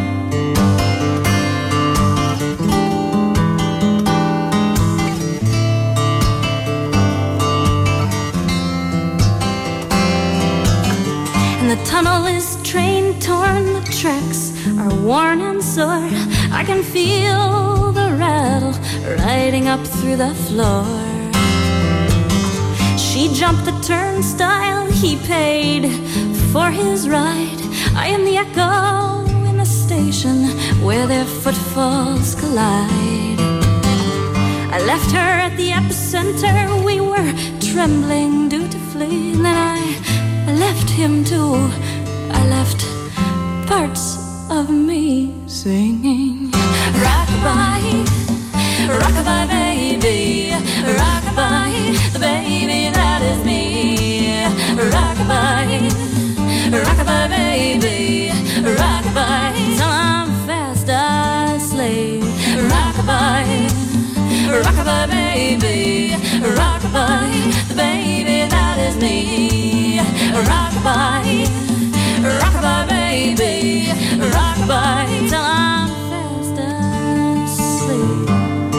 And the tunnel is train torn, the tracks are worn and sore. I can feel the rattle riding up through the floor. She jumped the turnstile, he paid for his ride. I am the echo in the station where their footfalls collide. I left her at the epicenter, we were trembling dutifully. And then I, I left him too, I left parts of me singing rockabye, rockabye baby, rockabye, the baby that is me. Rockabye, rockabye baby, rockabye till I'm fast asleep. Rockabye, rockabye baby, rockabye, the baby that is me. Rockabye, rockabye baby, rockabye till I'm fast asleep.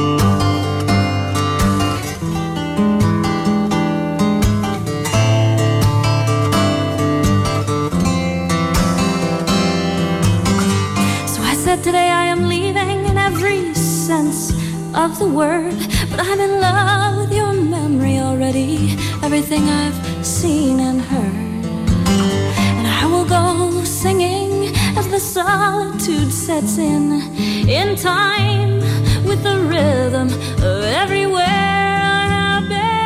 Today I am leaving in every sense of the word, but I'm in love with your memory already, everything I've seen and heard. And I will go singing as the solitude sets in, in time with the rhythm of everywhere I've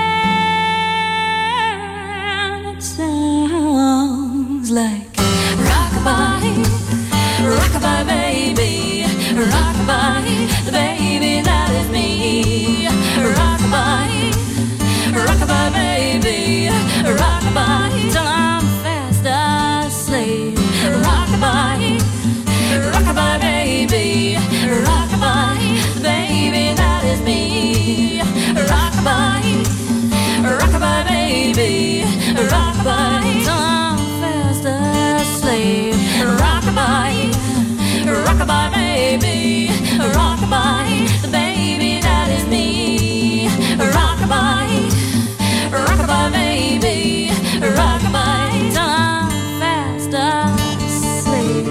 been. It sounds like rockabye, rockabye baby, rockabye, the baby that is me. Rockabye, rockabye baby, rockabye till I'm fast asleep. Rockabye, rockabye baby, rockabye, the baby that is me. Rockabye, rockabye baby, rockabye till I'm fast asleep. Rockabye, rockabye baby, rockabye, the baby that is me. Rockabye, rockabye baby, rockabye till I'm fast asleep.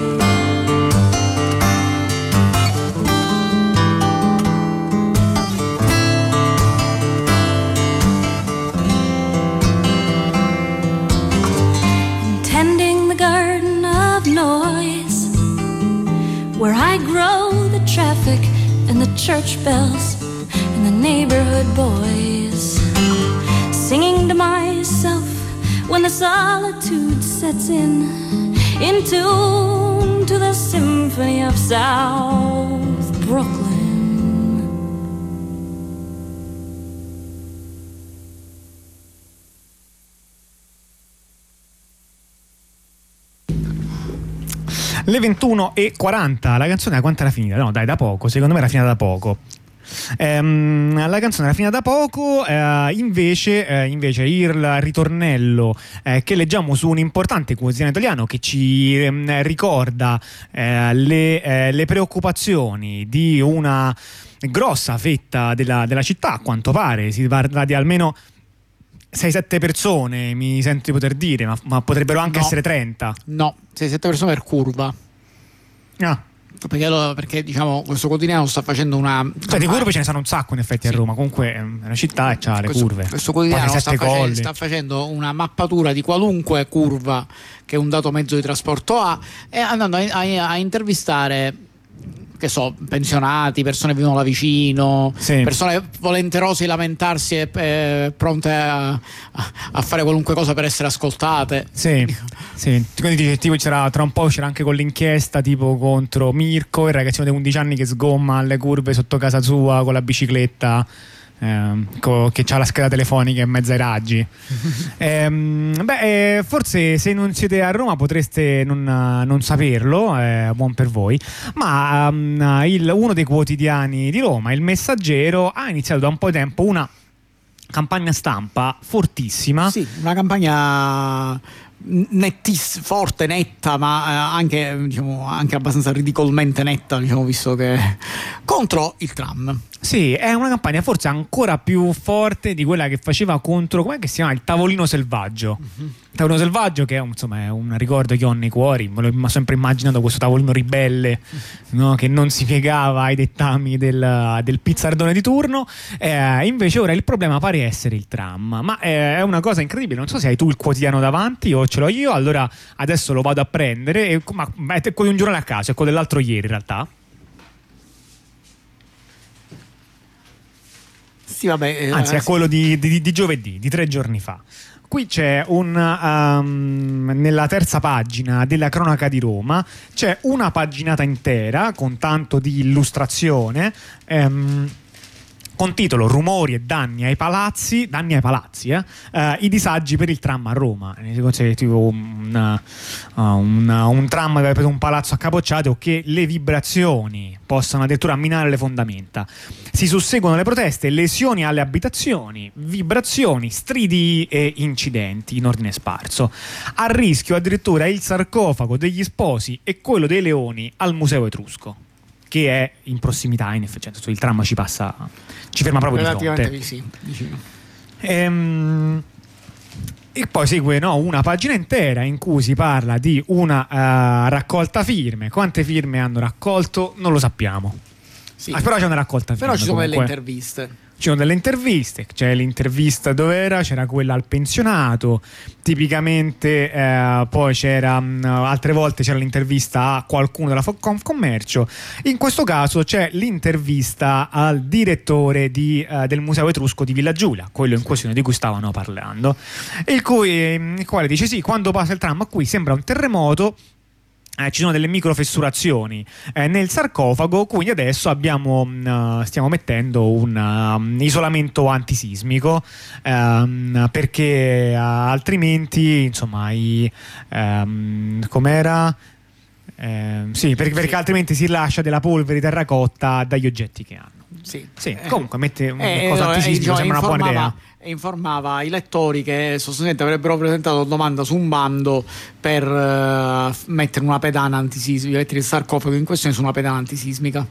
Tending the garden of noise, where I grow the traffic and the church bells and the neighborhood boys, singing to solitude sets in, in tune to the symphony of South Brooklyn. Le ventuno e quaranta, la canzone da quanto era finita? No, dai, da poco, secondo me era finita da poco. Ehm, la canzone era finita da poco, eh, invece, eh, invece il ritornello eh, che leggiamo su un importante quotidiano italiano che ci eh, ricorda eh, le, eh, le preoccupazioni di una grossa fetta della, della città, a quanto pare si parla di almeno sei sette persone, mi sento di poter dire, ma, ma potrebbero anche No. essere trenta. No, sei sette persone per curva. Ah. Perché, lo- perché diciamo questo quotidiano sta facendo una. Cioè, di curve ce ne sono un sacco in effetti Sì. a Roma. Comunque è una città e c'ha le questo, curve. Questo quotidiano Poi sta, sette face- colli. sta facendo una mappatura di qualunque curva che un dato mezzo di trasporto ha e andando a, a- a intervistare, che so, pensionati, persone che vivono là vicino, Sì. persone volenterose di lamentarsi e eh, pronte a, a- a fare qualunque cosa per essere ascoltate. Sì, sì. Quindi dice, tipo c'era tra un po' c'era anche con l'inchiesta tipo contro Mirko, il ragazzino di undici anni che sgomma alle curve sotto casa sua con la bicicletta. Ehm, co- che c'ha la scheda telefonica in mezzo ai raggi. Ehm, beh, eh, forse se non siete a Roma potreste non, non saperlo, eh, buon per voi, ma um, il- uno dei quotidiani di Roma, il Messaggero, ha iniziato da un po' di tempo una campagna stampa fortissima. Sì, una campagna nettiss- forte, netta, ma eh, anche, diciamo, anche abbastanza ridicolmente netta, diciamo, visto che contro il tram. Sì, è una campagna forse ancora più forte di quella che faceva contro, com'è che si chiama? Il tavolino selvaggio. Il tavolino selvaggio che è, un- insomma, è un ricordo che ho nei cuori, me l'ho sempre immaginato questo tavolino ribelle, no? Che non si piegava ai dettami del, del pizzardone di turno. Eh, invece ora il problema pare essere il tram, ma eh, è una cosa incredibile, non so se hai tu il quotidiano davanti o ce l'ho io, allora adesso lo vado a prendere, e, ma è quello di un giorno a caso, è quello dell'altro ieri in realtà. Sì, vabbè, eh, Anzi, è quello di, di- di giovedì, di tre giorni fa. Qui c'è un um, nella terza pagina della cronaca di Roma c'è una paginata intera con tanto di illustrazione, ehm, con titolo Rumori e danni ai palazzi, danni ai palazzi, eh? Eh, i disagi per il tram a Roma. C'è tipo un, uh, un, un tram che ha preso un palazzo accapocciato o che le vibrazioni possano addirittura minare le fondamenta. Si susseguono le proteste, lesioni alle abitazioni, vibrazioni, stridi e incidenti in ordine sparso. A rischio addirittura il sarcofago degli sposi e quello dei leoni al Museo Etrusco, che è in prossimità, in effetti, cioè, il tram ci passa, ci ferma proprio di relativamente fronte. sì, vicino. Ehm, e poi segue, no, una pagina intera in cui si parla di una eh, raccolta firme. Quante firme hanno raccolto? Non lo sappiamo. Sì. Ah, però c'è una raccolta firme. Però ci sono delle comunque. interviste. Ci sono delle interviste, c'è l'intervista dove era, c'era quella al pensionato, tipicamente eh, poi c'era mh, altre volte c'era l'intervista a qualcuno della Confcommercio. In questo caso c'è l'intervista al direttore di, eh, del Museo Etrusco di Villa Giulia, quello in questione di cui stavano parlando, il, cui, il quale dice sì, quando passa il tram qui sembra un terremoto. Eh, ci sono delle microfessurazioni eh, nel sarcofago, quindi adesso abbiamo, mh, stiamo mettendo un um, isolamento antisismico, ehm, perché uh, altrimenti insomma i, um, com'era? Eh, sì, perché, perché altrimenti si rilascia della polvere di terracotta dagli oggetti che hanno. Sì, Sì, Eh, comunque mette una eh, cosa eh, antisismica, diciamo, sembra una buona idea. informava, e informava i lettori che sostanzialmente avrebbero presentato domanda su un bando per eh, mettere una pedana antisismica, mettere il sarcofago in questione su una pedana antisismica.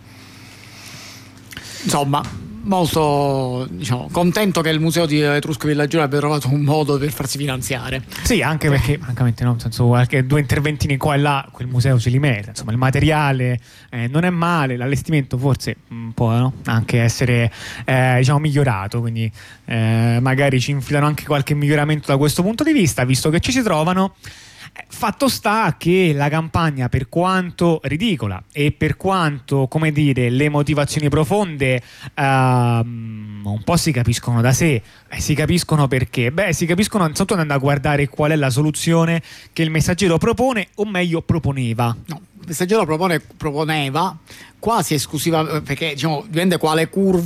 Insomma, molto, diciamo, contento che il museo di Etrusco Villa Giulia abbia trovato un modo per farsi finanziare. Sì, anche perché, francamente, no, nel senso, qualche due interventini qua e là, quel museo ce li merita. Insomma, il materiale eh, non è male, l'allestimento forse un po', no? Anche essere, eh, diciamo, migliorato. Quindi, eh, magari ci infilano anche qualche miglioramento da questo punto di vista, visto che ci si trovano. Fatto sta che la campagna, per quanto ridicola e per quanto, come dire, le motivazioni profonde ehm, un po' si capiscono da sé, eh, si capiscono perché? Beh, si capiscono innanzitutto andando a guardare qual è la soluzione che il Messaggero propone, o meglio proponeva. No, il Messaggero propone, proponeva quasi esclusiva, perché diciamo dipende quale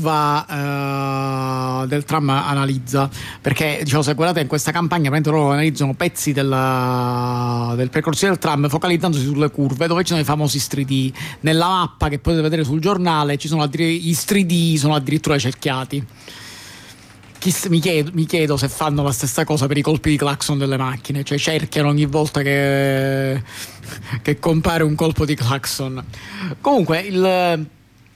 curva eh, del tram analizza, perché diciamo, se guardate in questa campagna loro analizzano pezzi della, del percorso del tram focalizzandosi sulle curve dove ci sono i famosi stridii. Nella mappa che potete vedere sul giornale ci sono addir- gli stridii sono addirittura cerchiati. Chiss- mi, chiedo, mi chiedo se fanno la stessa cosa per i colpi di clacson delle macchine, cioè cerchiano ogni volta che, che compare un colpo di clacson. Comunque il eh,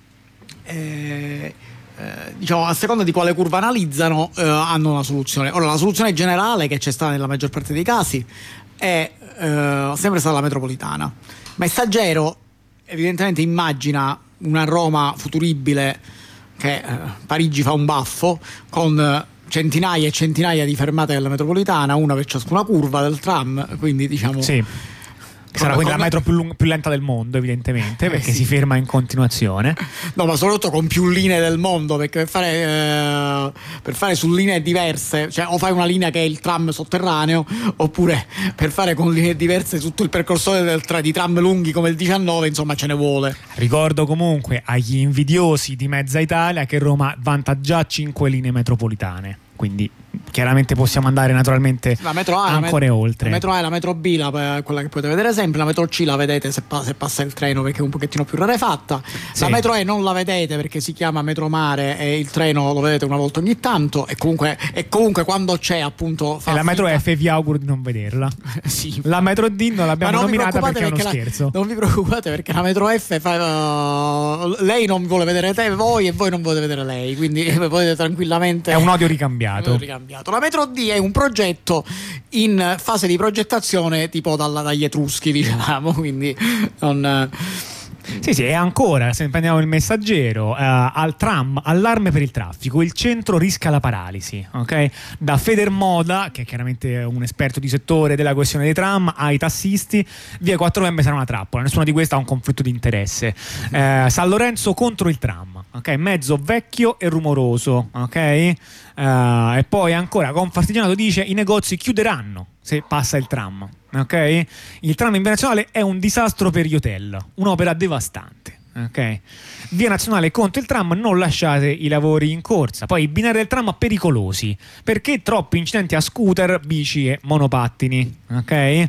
eh, diciamo, a seconda di quale curva analizzano eh, hanno una soluzione. Ora, la soluzione generale che c'è stata nella maggior parte dei casi è eh, sempre stata la metropolitana. Messaggero evidentemente immagina una Roma futuribile che eh, Parigi fa un baffo con centinaia e centinaia di fermate della metropolitana, una per ciascuna curva del tram, quindi diciamo sì. Sarà quindi la metro più, lung- più lenta del mondo, evidentemente, perché eh sì. si ferma in continuazione. No, ma soprattutto con più linee del mondo, perché per fare, eh, per fare su linee diverse, cioè o fai una linea che è il tram sotterraneo, oppure per fare con linee diverse tutto il percorso del tra- di tram lunghi come il diciannove, insomma ce ne vuole. Ricordo comunque agli invidiosi di Mezza Italia che Roma vanta già cinque linee metropolitane, quindi chiaramente possiamo andare naturalmente la metro A, ancora la met- oltre. La metro A e la metro B, la, quella che potete vedere sempre. La metro C la vedete se, pa- se passa il treno, perché è un pochettino più rarefatta. Sì. La metro E non la vedete perché si chiama metro mare e il treno lo vedete una volta ogni tanto, e comunque, e comunque quando c'è appunto fa e la metro finta... F vi auguro di non vederla. Sì. La metro D non l'abbiamo non nominata perché, perché è uno la, scherzo. Non vi preoccupate perché la metro F fa, uh, lei non vuole vedere te, voi, e voi non volete vedere lei, quindi potete tranquillamente, è un odio ricambiato. Un odio ricambiato. La metro D è un progetto in fase di progettazione tipo dalla, dagli Etruschi, diciamo, quindi non... Sì, sì, e ancora, se prendiamo il Messaggero, eh, al tram, allarme per il traffico, il centro rischia la paralisi, ok? Da Federmoda, che è chiaramente un esperto di settore della questione dei tram, ai tassisti, via quattro novembre sarà una trappola, nessuna di queste ha un conflitto di interesse. Eh, San Lorenzo contro il tram, ok? Mezzo vecchio e rumoroso, ok? Uh, e poi ancora Confartigianato dice i negozi chiuderanno se passa il tram, ok? Il tram in via nazionale è un disastro per gli hotel, un'opera devastante, ok? Via nazionale contro il tram, non lasciate i lavori in corsa. Poi i binari del tram pericolosi perché troppi incidenti a scooter, bici e monopattini, ok?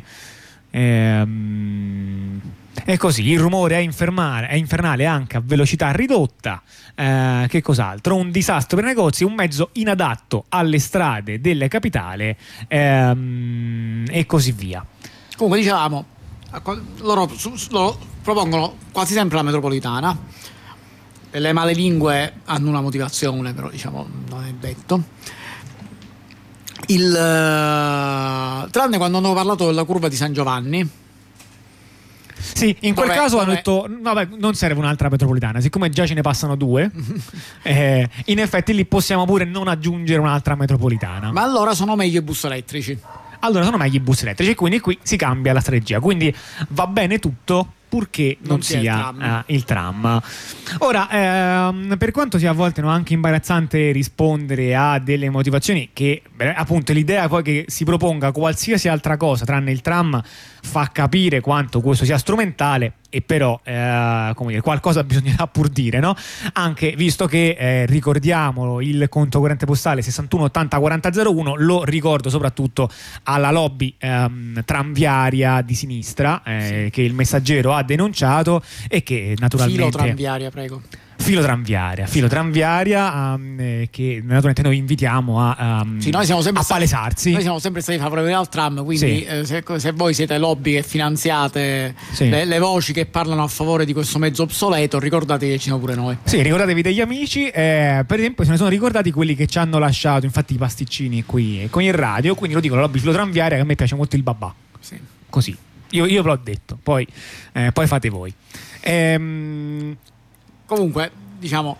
Ehm... E così il rumore è, infermare, è infernale anche a velocità ridotta. Eh, che cos'altro? Un disastro per i negozi, un mezzo inadatto alle strade delle capitali, ehm, e così via. Comunque dicevamo, loro, loro propongono quasi sempre la metropolitana. Le malelingue hanno una motivazione, però diciamo non è detto. Il, uh, tranne quando hanno parlato della curva di San Giovanni. Sì, in quel Vabbè, caso vabbè. hanno detto vabbè, non serve un'altra metropolitana, siccome già ce ne passano due, eh, in effetti lì possiamo pure non aggiungere un'altra metropolitana. Ma allora sono meglio i bus elettrici. Allora sono meglio i bus elettrici, quindi qui si cambia la strategia, quindi va bene tutto purché non, Non sia sia il tram. uh, il tram. Ora, ehm, per quanto sia a volte no, anche imbarazzante rispondere a delle motivazioni che, beh, appunto, l'idea poi che si proponga qualsiasi altra cosa tranne il tram fa capire quanto questo sia strumentale, e però eh, come dire, qualcosa bisognerà pur dire, no? Anche visto che eh, ricordiamo il conto corrente postale sessantuno ottanta quaranta zero uno, lo ricordo soprattutto alla lobby ehm, tranviaria di sinistra, eh, sì, che il Messaggero ha denunciato e che naturalmente Filo tranviaria, prego. Filo tranviaria, filo tranviaria um, eh, che naturalmente noi invitiamo a, um, sì, noi siamo sempre a palesarsi. Stati, noi siamo sempre stati favorevoli al tram, quindi sì, eh, se, se voi siete lobby che finanziate sì, le, le voci che parlano a favore di questo mezzo obsoleto, ricordatevi che ci siamo pure noi. Sì, ricordatevi degli amici, eh, per esempio se ne sono ricordati quelli che ci hanno lasciato infatti i pasticcini qui con il radio, quindi lo dico, la lobby filo tranviaria, che a me piace molto il babà, sì, così, io, io ve l'ho detto, poi, eh, poi fate voi. Ehm... Comunque, diciamo,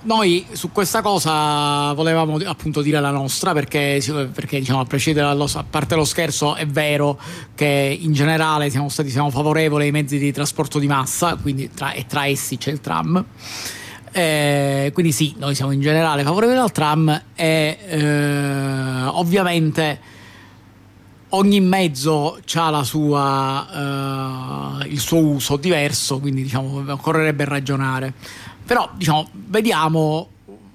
noi su questa cosa volevamo appunto dire la nostra, perché, perché diciamo, a prescindere dallo, a parte lo scherzo, è vero che in generale siamo stati siamo favorevoli ai mezzi di trasporto di massa, quindi tra, e tra essi c'è il tram. Eh, quindi sì, noi siamo in generale favorevoli al tram e eh, ovviamente ogni mezzo ha la sua uh, il suo uso diverso, quindi diciamo occorrerebbe ragionare. Però diciamo vediamo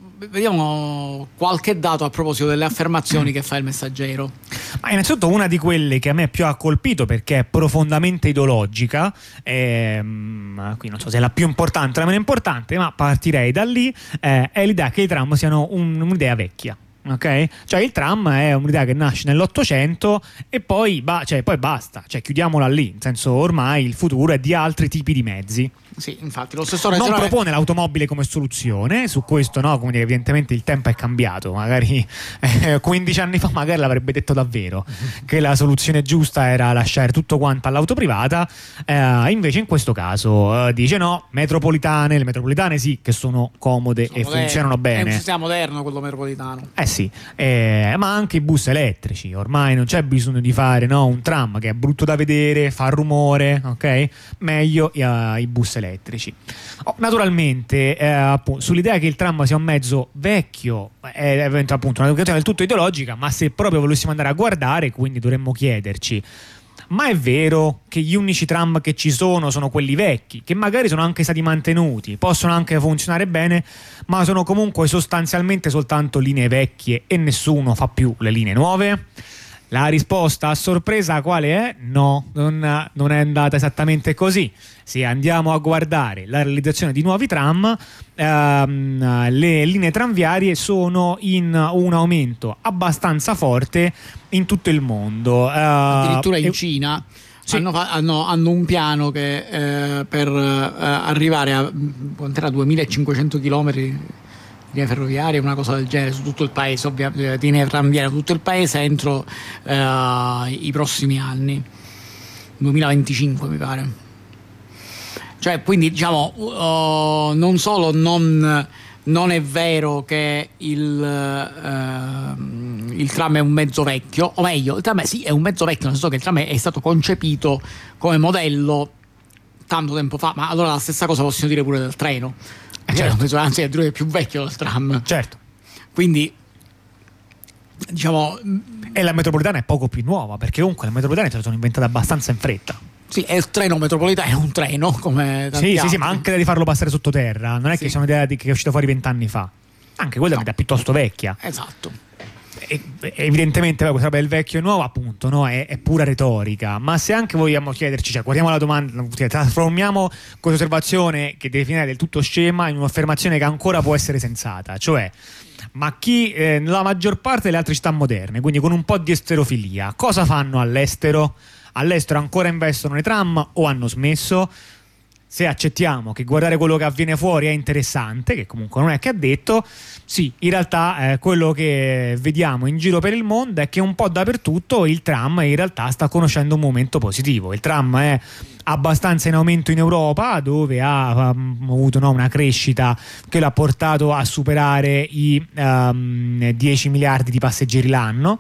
vediamo qualche dato a proposito delle affermazioni che fa il Messaggero. Ma innanzitutto una di quelle che a me più ha colpito, perché è profondamente ideologica, è, qui non so se è la più importante o la meno importante, ma partirei da lì, eh, è l'idea che i tram siano un, un'idea vecchia. Ok? Cioè il tram è un'idea che nasce nell'Ottocento e poi, ba- cioè, poi basta, cioè chiudiamola lì, nel senso ormai il futuro è di altri tipi di mezzi. Sì, infatti lo stesso non ragionamento propone l'automobile come soluzione, su questo no, come dire, evidentemente il tempo è cambiato, magari eh, quindici anni fa magari l'avrebbe detto davvero che la soluzione giusta era lasciare tutto quanto all'auto privata, eh, invece in questo caso eh, dice no, metropolitane, le metropolitane sì che sono comode sono e moderno, funzionano bene. è un sistema moderno quello metropolitano. Eh sì, eh, ma anche i bus elettrici, ormai non c'è bisogno di fare no, un tram che è brutto da vedere, fa rumore, ok? Meglio i, uh, i bus elettrici. elettrici. Oh, naturalmente eh, appunto, sull'idea che il tram sia un mezzo vecchio è, è appunto una questione del tutto ideologica, ma se proprio volessimo andare a guardare, quindi dovremmo chiederci: ma è vero che gli unici tram che ci sono sono quelli vecchi, che magari sono anche stati mantenuti, possono anche funzionare bene, ma sono comunque sostanzialmente soltanto linee vecchie e nessuno fa più le linee nuove? La risposta a sorpresa quale è? No, non, non è andata esattamente così. Se andiamo a guardare la realizzazione di nuovi tram, ehm, le linee tranviarie sono in un aumento abbastanza forte in tutto il mondo. Eh, Addirittura in e... Cina Sì. hanno, hanno, hanno un piano che eh, per eh, arrivare a quant'era, duemilacinquecento chilometri linee ferroviarie, una cosa del genere su tutto il paese, ovviamente linee tranviarie su tutto il paese entro eh, i prossimi anni, duemilaventicinque mi pare. Cioè, quindi diciamo uh, non solo non, non è vero che il, uh, il tram è un mezzo vecchio, o meglio, il tram è, sì, è un mezzo vecchio, nel senso che il tram è stato concepito come modello tanto tempo fa, ma allora la stessa cosa possiamo dire pure del treno. Eh, certo. Anzi, è più vecchio del tram. Certo. Quindi diciamo, e la metropolitana è poco più nuova, perché comunque le metropolitane si sono inventate abbastanza in fretta. Sì, è il treno metropolitano, è un treno come tanti sì, altri. sì, sì, ma anche di farlo passare sottoterra, non è sì. che sia un'idea di, che è uscita fuori vent'anni fa. Anche quella no. è un'idea piuttosto vecchia. Esatto. E, evidentemente questa roba del vecchio e nuovo, appunto, no? è, è pura retorica. Ma se anche vogliamo chiederci, cioè guardiamo la domanda, trasformiamo questa osservazione che deve finire del tutto scema in un'affermazione che ancora può essere sensata, cioè: ma chi eh, nella maggior parte delle altre città moderne, quindi con un po' di esterofilia, cosa fanno all'estero? All'estero ancora investono nei tram o hanno smesso? Se accettiamo che guardare quello che avviene fuori è interessante, che comunque non è che ha detto, sì, in realtà eh, quello che vediamo in giro per il mondo è che un po' dappertutto il tram in realtà sta conoscendo un momento positivo. Il tram è abbastanza in aumento in Europa, dove ha um, avuto no, una crescita che l'ha portato a superare i um, dieci miliardi di passeggeri l'anno.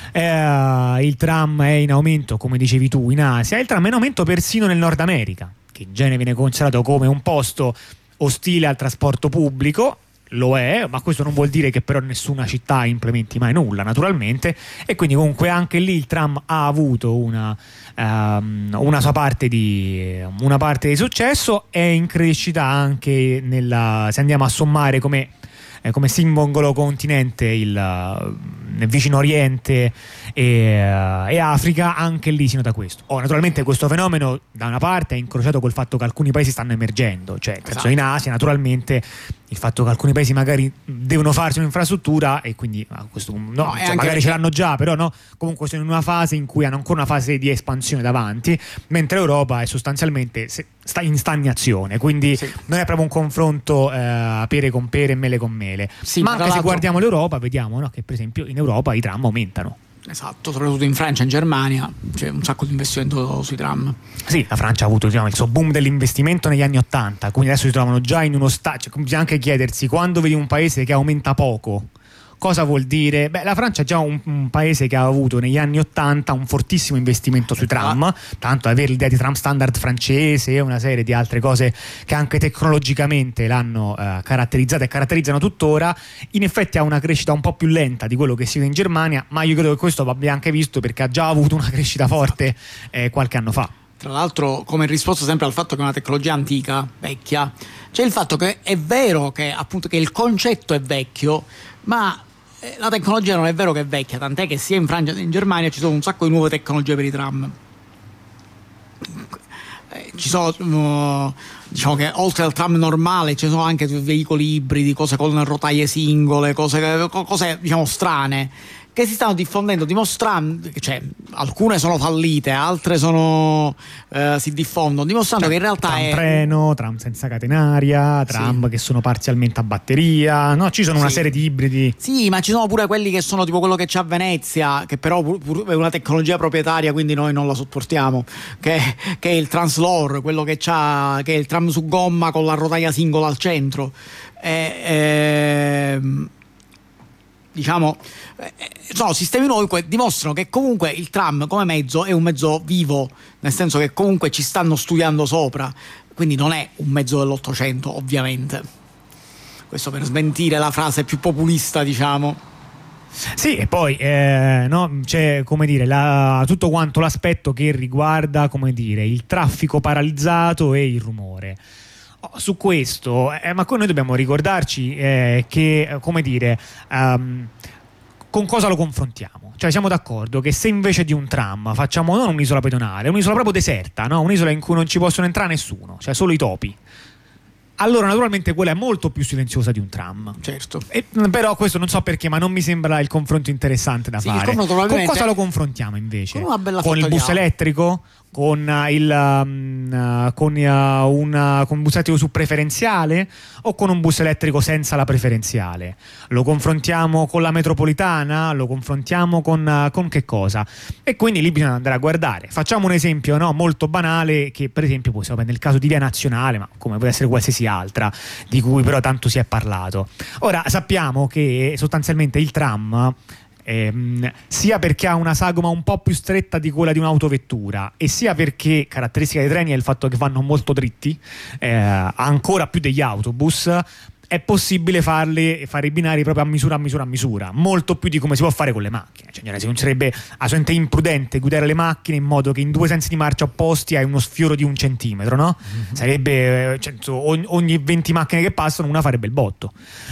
Eh, il tram è in aumento, come dicevi tu, in Asia. Il tram è in aumento persino nel Nord America, che in genere viene considerato come un posto ostile al trasporto pubblico. Lo è, ma questo non vuol dire che però nessuna città implementi mai nulla, naturalmente, e quindi comunque anche lì il tram ha avuto una, um, una sua parte di una parte di successo. È in crescita anche nella, se andiamo a sommare come Eh, come singolo continente il uh, vicino Oriente e, uh, e Africa, anche lì si nota questo. Oh, naturalmente questo fenomeno da una parte è incrociato col fatto che alcuni paesi stanno emergendo, cioè esatto. in Asia naturalmente il fatto che alcuni paesi magari devono farsi un'infrastruttura e quindi ah, questo, no, no, cioè, magari ce l'hanno già, però no, comunque sono in una fase in cui hanno ancora una fase di espansione davanti, mentre l'Europa è sostanzialmente sta in stagnazione, quindi sì. non è proprio un confronto eh, pere con pere e mele con mele. Sì, ma anche se l'altro... guardiamo l'Europa vediamo no, che per esempio in Europa i tram aumentano. Esatto, soprattutto in Francia e in Germania c'è un sacco di investimento sui tram. Sì, la Francia ha avuto, diciamo, il suo boom dell'investimento negli anni Ottanta, quindi adesso si trovano già in uno stato, cioè, bisogna anche chiedersi, quando vedi un paese che aumenta poco, cosa vuol dire? Beh, la Francia è già un, un paese che ha avuto negli anni Ottanta un fortissimo investimento sui tram, ah. tanto avere l'idea di tram standard francese e una serie di altre cose che anche tecnologicamente l'hanno eh, caratterizzata e caratterizzano tuttora. In effetti ha una crescita un po' più lenta di quello che si vede in Germania, ma io credo che questo abbia anche visto perché ha già avuto una crescita forte eh, qualche anno fa. Tra l'altro, come risposta sempre al fatto che è una tecnologia antica, vecchia, c'è il fatto che è vero che appunto che il concetto è vecchio, ma la tecnologia non è vero che è vecchia, tant'è che sia in Francia che in Germania ci sono un sacco di nuove tecnologie per i tram. Ci sono, diciamo che oltre al tram normale ci sono anche veicoli ibridi, cose con rotaie singole, cose, cose diciamo strane, che si stanno diffondendo, dimostrando, cioè alcune sono fallite, altre sono eh, si diffondono, dimostrando cioè, che in realtà tram è treno, tram senza catenaria, tram sì. che sono parzialmente a batteria, no? Ci sono sì. una serie di ibridi. Sì, ma ci sono pure quelli che sono tipo quello che c'è a Venezia, che però pur, pur è una tecnologia proprietaria, quindi noi non la sopportiamo, che, che è il Translore, quello che c'ha, che è il tram su gomma con la rotaia singola al centro. E, e, diciamo sono sistemi nuovi che dimostrano che comunque il tram come mezzo è un mezzo vivo, nel senso che comunque ci stanno studiando sopra, quindi non è un mezzo dell'Ottocento, ovviamente. Questo per smentire la frase più populista, diciamo. Sì, e poi eh, no, c'è, come dire, la, tutto quanto l'aspetto che riguarda, come dire, il traffico paralizzato e il rumore. Su questo, eh, ma noi dobbiamo ricordarci eh, che, come dire, um, con cosa lo confrontiamo? Cioè siamo d'accordo che se invece di un tram facciamo non un'isola pedonale, un'isola proprio deserta, no? Un'isola in cui non ci possono entrare nessuno, cioè solo i topi, allora naturalmente quella è molto più silenziosa di un tram. Certo. E, però questo non so perché, ma non mi sembra il confronto interessante da sì, fare. Con cosa lo confrontiamo invece? Con una bella con il bus fotogliata. elettrico? Con il um, con uh, un, con un bus elettrico su preferenziale o con un bus elettrico senza la preferenziale? Lo confrontiamo con la metropolitana? Lo confrontiamo con, uh, con che cosa? E quindi lì bisogna andare a guardare. Facciamo un esempio, no, molto banale, che per esempio può essere nel caso di Via Nazionale, ma come può essere qualsiasi altra di cui però tanto si è parlato. Ora sappiamo che sostanzialmente il tram Ehm, sia perché ha una sagoma un po' più stretta di quella di un'autovettura e sia perché caratteristica dei treni è il fatto che vanno molto dritti, eh, ancora più degli autobus, è possibile farle, fare i binari proprio a misura a misura a misura, molto più di come si può fare con le macchine. Cioè, non sarebbe assolutamente imprudente guidare le macchine in modo che in due sensi di marcia opposti hai uno sfioro di un centimetro, no? Mm-hmm. Sarebbe, cioè, ogni, ogni venti macchine che passano una farebbe il botto.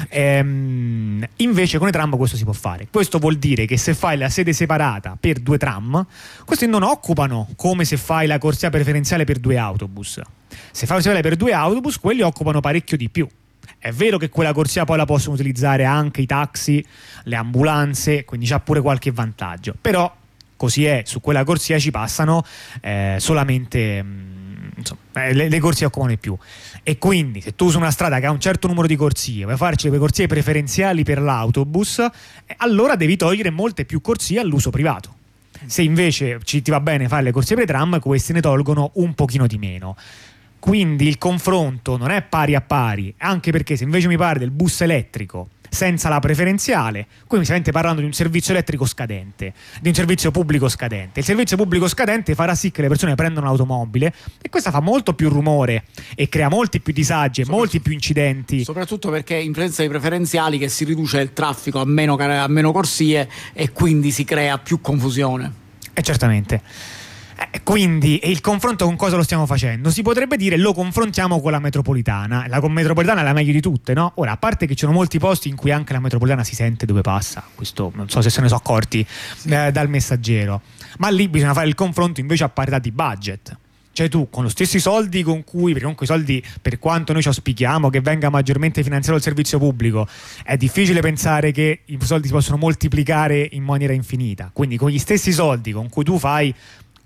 Ehm, invece con i tram questo si può fare. Questo vuol dire che se fai la sede separata per due tram, questi non occupano come se fai la corsia preferenziale per due autobus. Se fai la separata per due autobus, quelli occupano parecchio di più. È vero che quella corsia poi la possono utilizzare anche i taxi, le ambulanze, quindi c'ha pure qualche vantaggio, però così è, su quella corsia ci passano eh, solamente mh, insomma, eh, le, le corsie occupano di più, e quindi se tu usi una strada che ha un certo numero di corsie, vuoi farci le corsie preferenziali per l'autobus, eh, allora devi togliere molte più corsie all'uso privato. Se invece ci ti va bene fare le corsie per i tram, queste ne tolgono un pochino di meno. Quindi il confronto non è pari a pari, anche perché se invece mi pare del bus elettrico senza la preferenziale, qui mi stai parlando di un servizio elettrico scadente, di un servizio pubblico scadente. Il servizio pubblico scadente farà sì che le persone prendano l'automobile, e questa fa molto più rumore e crea molti più disagi e molti più incidenti. Soprattutto perché in presenza di preferenziali che si riduce il traffico a meno, a meno corsie e quindi si crea più confusione. E certamente. Quindi, e il confronto con cosa lo stiamo facendo? Si potrebbe dire lo confrontiamo con la metropolitana. La metropolitana è la meglio di tutte, no? Ora, a parte che ci sono molti posti in cui anche la metropolitana si sente dove passa, questo non so se se ne sono accorti eh, dal Messaggero, ma lì bisogna fare il confronto invece a parità di budget. Cioè tu con gli stessi soldi con cui, perché comunque i soldi, per quanto noi ci auspichiamo che venga maggiormente finanziato il servizio pubblico, è difficile pensare che i soldi si possono moltiplicare in maniera infinita. Quindi con gli stessi soldi con cui tu fai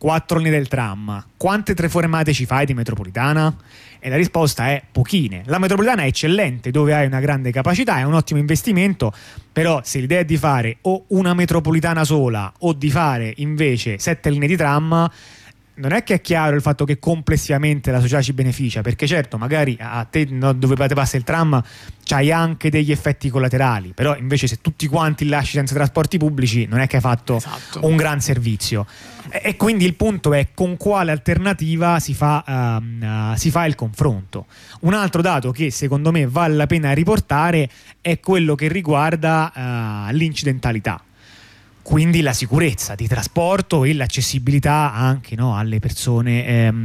quattro linee del tram, quante tre fermate ci fai di metropolitana? E la risposta è pochine. La metropolitana è eccellente, dove hai una grande capacità, è un ottimo investimento, però se l'idea è di fare o una metropolitana sola o di fare invece sette linee di tram, non è che è chiaro il fatto che complessivamente la società ci beneficia, perché certo magari a te, no, dove passa il tram c'hai anche degli effetti collaterali, però invece se tutti quanti lasci senza trasporti pubblici non è che hai fatto esatto. un gran servizio, e, e quindi il punto è con quale alternativa si fa, uh, uh, si fa il confronto. Un altro dato che secondo me vale la pena riportare è quello che riguarda uh, l'incidentalità, quindi la sicurezza di trasporto e l'accessibilità anche, no, alle persone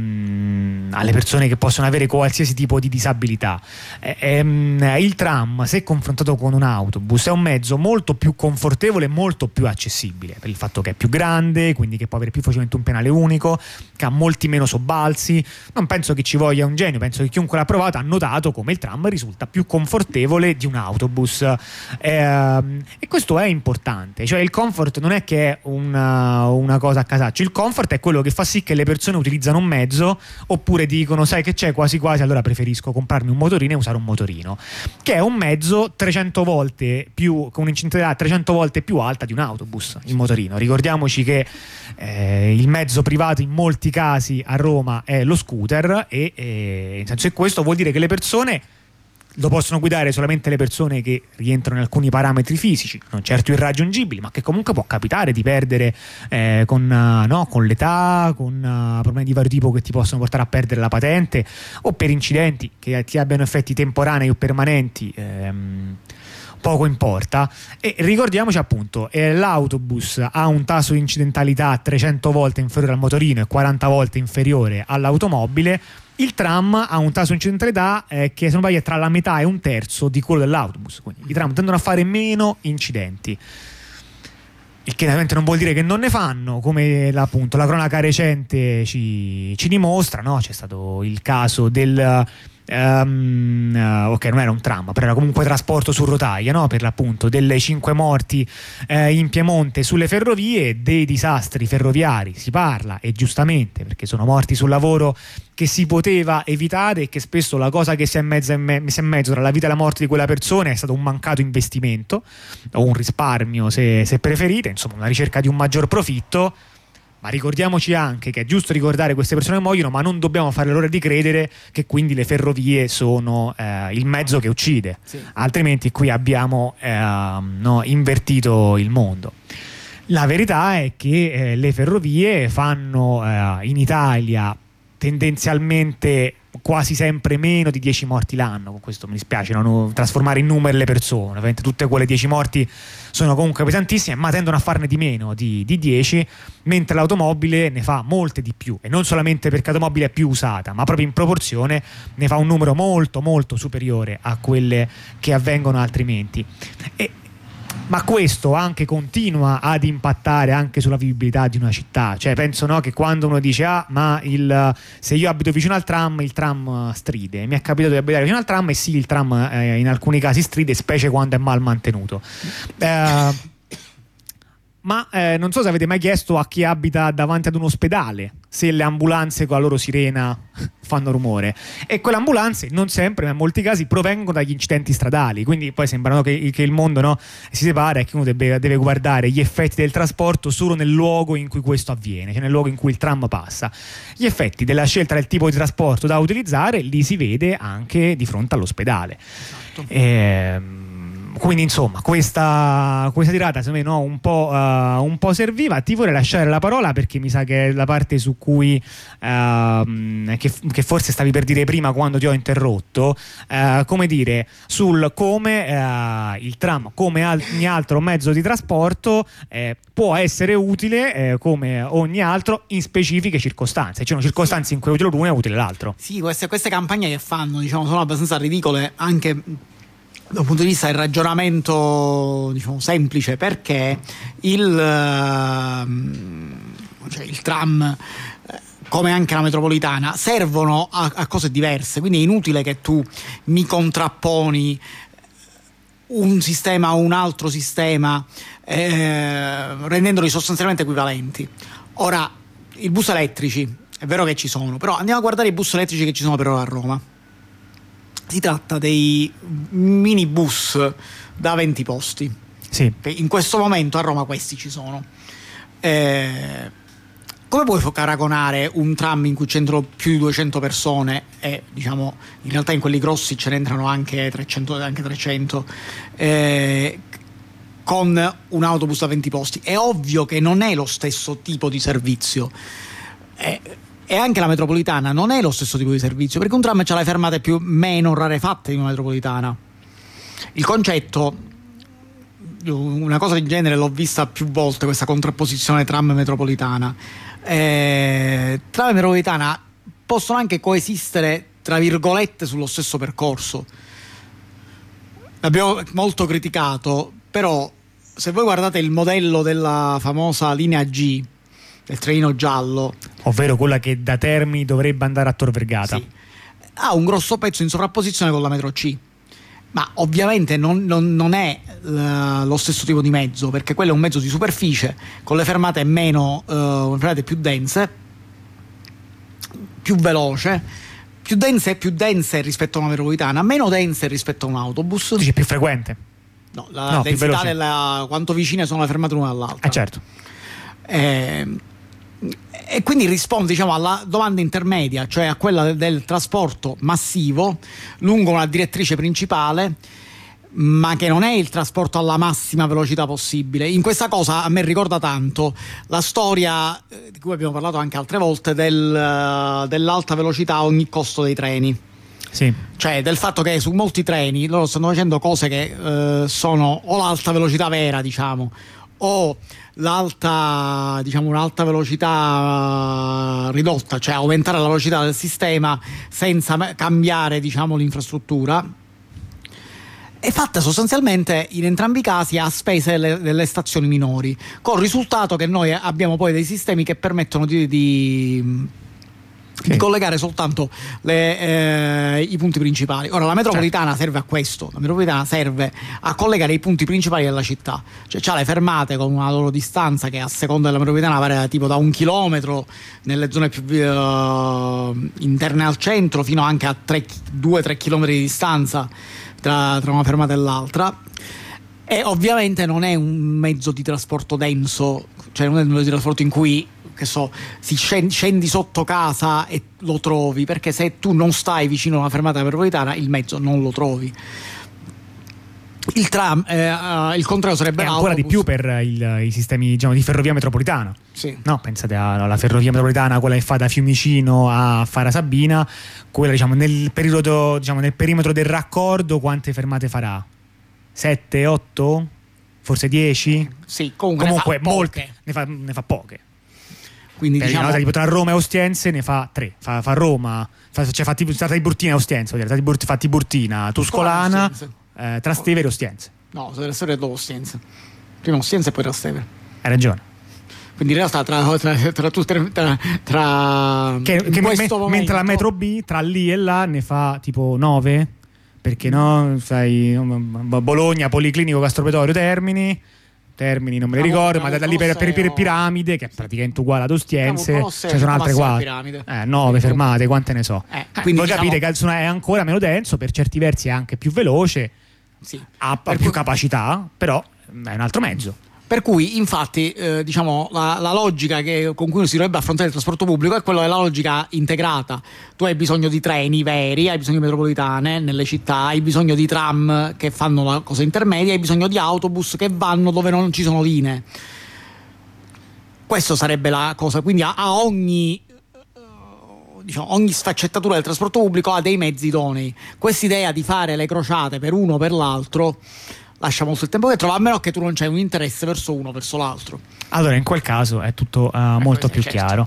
ehm, alle persone che possono avere qualsiasi tipo di disabilità. Eh, ehm, il tram, se confrontato con un autobus, è un mezzo molto più confortevole e molto più accessibile, per il fatto che è più grande, quindi che può avere più facilmente un penale unico, che ha molti meno sobbalzi. Non penso che ci voglia un genio, penso che chiunque l'ha provato ha notato come il tram risulta più confortevole di un autobus, eh, e questo è importante, cioè il comfort non è che è una, una cosa a casaccio. Il comfort è quello che fa sì che le persone utilizzano un mezzo, oppure dicono sai che c'è, quasi quasi allora preferisco comprarmi un motorino e usare un motorino, che è un mezzo trecento volte più, con un'incidentalità trecento volte più alta di un autobus, il motorino. Ricordiamoci che eh, il mezzo privato in molti casi a Roma è lo scooter, e, e in senso che questo vuol dire che le persone lo possono guidare solamente le persone che rientrano in alcuni parametri fisici, non certo irraggiungibili, ma che comunque può capitare di perdere eh, con, uh, no, con l'età, con uh, problemi di vario tipo che ti possono portare a perdere la patente, o per incidenti che ti abbiano effetti temporanei o permanenti. Ehm, poco importa. E ricordiamoci appunto, eh, l'autobus ha un tasso di incidentalità trecento volte inferiore al motorino e quaranta volte inferiore all'automobile. Il tram ha un tasso di incidentalità eh, che se non sbaglio è tra la metà e un terzo di quello dell'autobus, quindi i tram tendono a fare meno incidenti, il che ovviamente non vuol dire che non ne fanno, come appunto la cronaca recente ci, ci dimostra, no? C'è stato il caso del Um, uh, ok, non era un tram, però era comunque trasporto su rotaia, no? Per l'appunto delle cinque morti eh, in Piemonte sulle ferrovie, dei disastri ferroviari si parla, e giustamente, perché sono morti sul lavoro che si poteva evitare, e che spesso la cosa che si è mezzo, messa in mezzo tra la vita e la morte di quella persona è stato un mancato investimento o un risparmio, se, se preferite, insomma una ricerca di un maggior profitto. Ma ricordiamoci anche che è giusto ricordare queste persone che muoiono, ma non dobbiamo fare l'errore di credere che quindi le ferrovie sono eh, il mezzo che uccide, sì. Altrimenti qui abbiamo eh, no, invertito il mondo. La verità è che eh, le ferrovie fanno eh, in Italia tendenzialmente quasi sempre meno di dieci morti l'anno. Con questo mi dispiace non trasformare in numeri le persone, ovviamente tutte quelle dieci morti sono comunque pesantissime, ma tendono a farne di meno di, di dieci, mentre l'automobile ne fa molte di più, e non solamente perché l'automobile è più usata, ma proprio in proporzione ne fa un numero molto molto superiore a quelle che avvengono altrimenti. E ma questo anche continua ad impattare anche sulla vivibilità di una città. Cioè penso, no, che quando uno dice ah ma il, se io abito vicino al tram, il tram stride, mi è capitato di abitare vicino al tram, e sì, il tram eh, in alcuni casi stride, specie quando è mal mantenuto. eh, ma eh, non so se avete mai chiesto a chi abita davanti ad un ospedale se le ambulanze con la loro sirena fanno rumore, e quelle ambulanze non sempre, ma in molti casi provengono dagli incidenti stradali, quindi poi sembra, no, che, che il mondo, no, si separa, e che uno deve, deve guardare gli effetti del trasporto solo nel luogo in cui questo avviene, cioè nel luogo in cui il tram passa. Gli effetti della scelta del tipo di trasporto da utilizzare li si vede anche di fronte all'ospedale. Esatto. Ehm Quindi insomma questa, questa tirata secondo me, no, un po', uh, un po' serviva. Ti vorrei lasciare la parola perché mi sa che è la parte su cui uh, che, che forse stavi per dire prima quando ti ho interrotto, uh, come dire, sul come uh, il tram, come ogni altro mezzo di trasporto, eh, può essere utile eh, come ogni altro in specifiche circostanze. Ci sono circostanze in cui è utile l'uno e è utile l'altro. Sì, queste, queste campagne che fanno, diciamo, sono abbastanza ridicole anche dal punto di vista del ragionamento, diciamo, semplice, perché il, cioè il tram, come anche la metropolitana, servono a, a cose diverse, quindi è inutile che tu mi contrapponi un sistema a un altro sistema eh, rendendoli sostanzialmente equivalenti. Ora, i bus elettrici, è vero che ci sono, però andiamo a guardare i bus elettrici che ci sono per ora a Roma. Si tratta dei minibus da venti posti. Sì. In questo momento a Roma questi ci sono. Eh, come puoi paragonare un tram in cui c'entrano più di duecento persone e diciamo in realtà in quelli grossi ce ne entrano anche trecento, anche trecento eh, con un autobus da venti posti? È ovvio che non è lo stesso tipo di servizio. Eh, E anche la metropolitana non è lo stesso tipo di servizio, perché un tram c'ha le fermate più meno rarefatte di una metropolitana. Il concetto, una cosa del genere l'ho vista più volte, questa contrapposizione tram metropolitana. Eh, tram e metropolitana possono anche coesistere tra virgolette sullo stesso percorso. L'abbiamo molto criticato, però se voi guardate il modello della famosa linea G, del trenino giallo, ovvero quella che da Termini dovrebbe andare a Tor Vergata, sì, ha un grosso pezzo in sovrapposizione con la metro C, ma ovviamente non, non, non è uh, lo stesso tipo di mezzo, perché quello è un mezzo di superficie con le fermate meno uh, fermate più dense, più veloce, più dense più dense rispetto a una metropolitana, meno dense rispetto a un autobus. dici più frequente? No, la No, più densità veloce. della quanto vicine sono le fermate l'una all'altra. Eh certo. Eh, e quindi risponde, diciamo, alla domanda intermedia, cioè a quella del, del trasporto massivo lungo una direttrice principale, ma che non è il trasporto alla massima velocità possibile. In questa cosa a me ricorda tanto la storia eh, di cui abbiamo parlato anche altre volte del, uh, dell'alta velocità a ogni costo dei treni. Sì. Cioè del fatto che su molti treni loro stanno facendo cose che uh, sono o l'alta velocità vera, diciamo, o l'alta, diciamo, un'alta velocità ridotta, cioè aumentare la velocità del sistema senza me- cambiare, diciamo, l'infrastruttura. È fatta sostanzialmente in entrambi i casi a spese delle, delle stazioni minori, con il risultato che noi abbiamo poi dei sistemi che permettono di, di di collegare soltanto le, eh, i punti principali. Ora la metropolitana serve a questo, la metropolitana serve a collegare i punti principali della città, cioè c'ha le fermate con una loro distanza che a seconda della metropolitana varia tipo da un chilometro nelle zone più uh, interne al centro fino anche a due tre chilometri di distanza tra, tra una fermata e l'altra. E ovviamente non è un mezzo di trasporto denso, cioè non è un mezzo di trasporto in cui, che so, si scendi, scendi sotto casa e lo trovi, perché se tu non stai vicino a una fermata metropolitana il mezzo non lo trovi. Il tram, eh, uh, il contrario sarebbe e ancora l'autobus. di più per il, i sistemi, diciamo, di ferrovia metropolitana. Sì. No, pensate alla ferrovia metropolitana, quella che fa da Fiumicino a Fara Sabina, quella, diciamo, nel periodo, diciamo, nel perimetro del raccordo quante fermate farà? sette, otto? Forse dieci? Sì, comunque, comunque ne fa molte, poche. ne fa, ne fa poche. Quindi Per diciamo, una tipo tra Roma e Ostiense ne fa tre, fa, fa Roma, fa, cioè fa, tipo, tra Tiburtina e Ostiense, vuol dire, fa Tiburtina, Tuscolana, Ostiense. eh, Trastevere e Ostiense. no, Trastevere è dopo Ostiense. Prima Ostiense e poi Trastevere. Hai ragione. Quindi in realtà tra, tra, tra tutte tra, tra Che, in che questo me- momento, mentre la metro B tra lì e là ne fa tipo nove, perché no, sai, Bologna, Policlinico, Castropetorio, Termini. Termini non me le ricordo, ma da, da lì per, per, per Piramide, che è praticamente uguale ad Ostiense, Colosseo, ce ne sono altre Colosseo, quattro, Piramide. eh, nove fermate, quante ne so. Eh, Eh, quindi voi diciamo- capite che insomma, è ancora meno denso, per certi versi è anche più veloce, sì. ha, ha Per più cui- capacità, però è un altro mezzo. Per cui, infatti, eh, diciamo, la, la logica che, con cui si dovrebbe affrontare il trasporto pubblico è quella della logica integrata. Tu hai bisogno di treni veri, hai bisogno di metropolitane nelle città, hai bisogno di tram che fanno la cosa intermedia, hai bisogno di autobus che vanno dove non ci sono linee. Questo sarebbe la cosa. Quindi a, a ogni... diciamo, ogni sfaccettatura del trasporto pubblico ha dei mezzi idonei. Quest'idea di fare le crociate per uno o per l'altro lascia molto il tempo che trova, a meno che tu non c'hai un interesse verso uno o verso l'altro. Allora in quel caso è tutto uh, molto più certo. chiaro.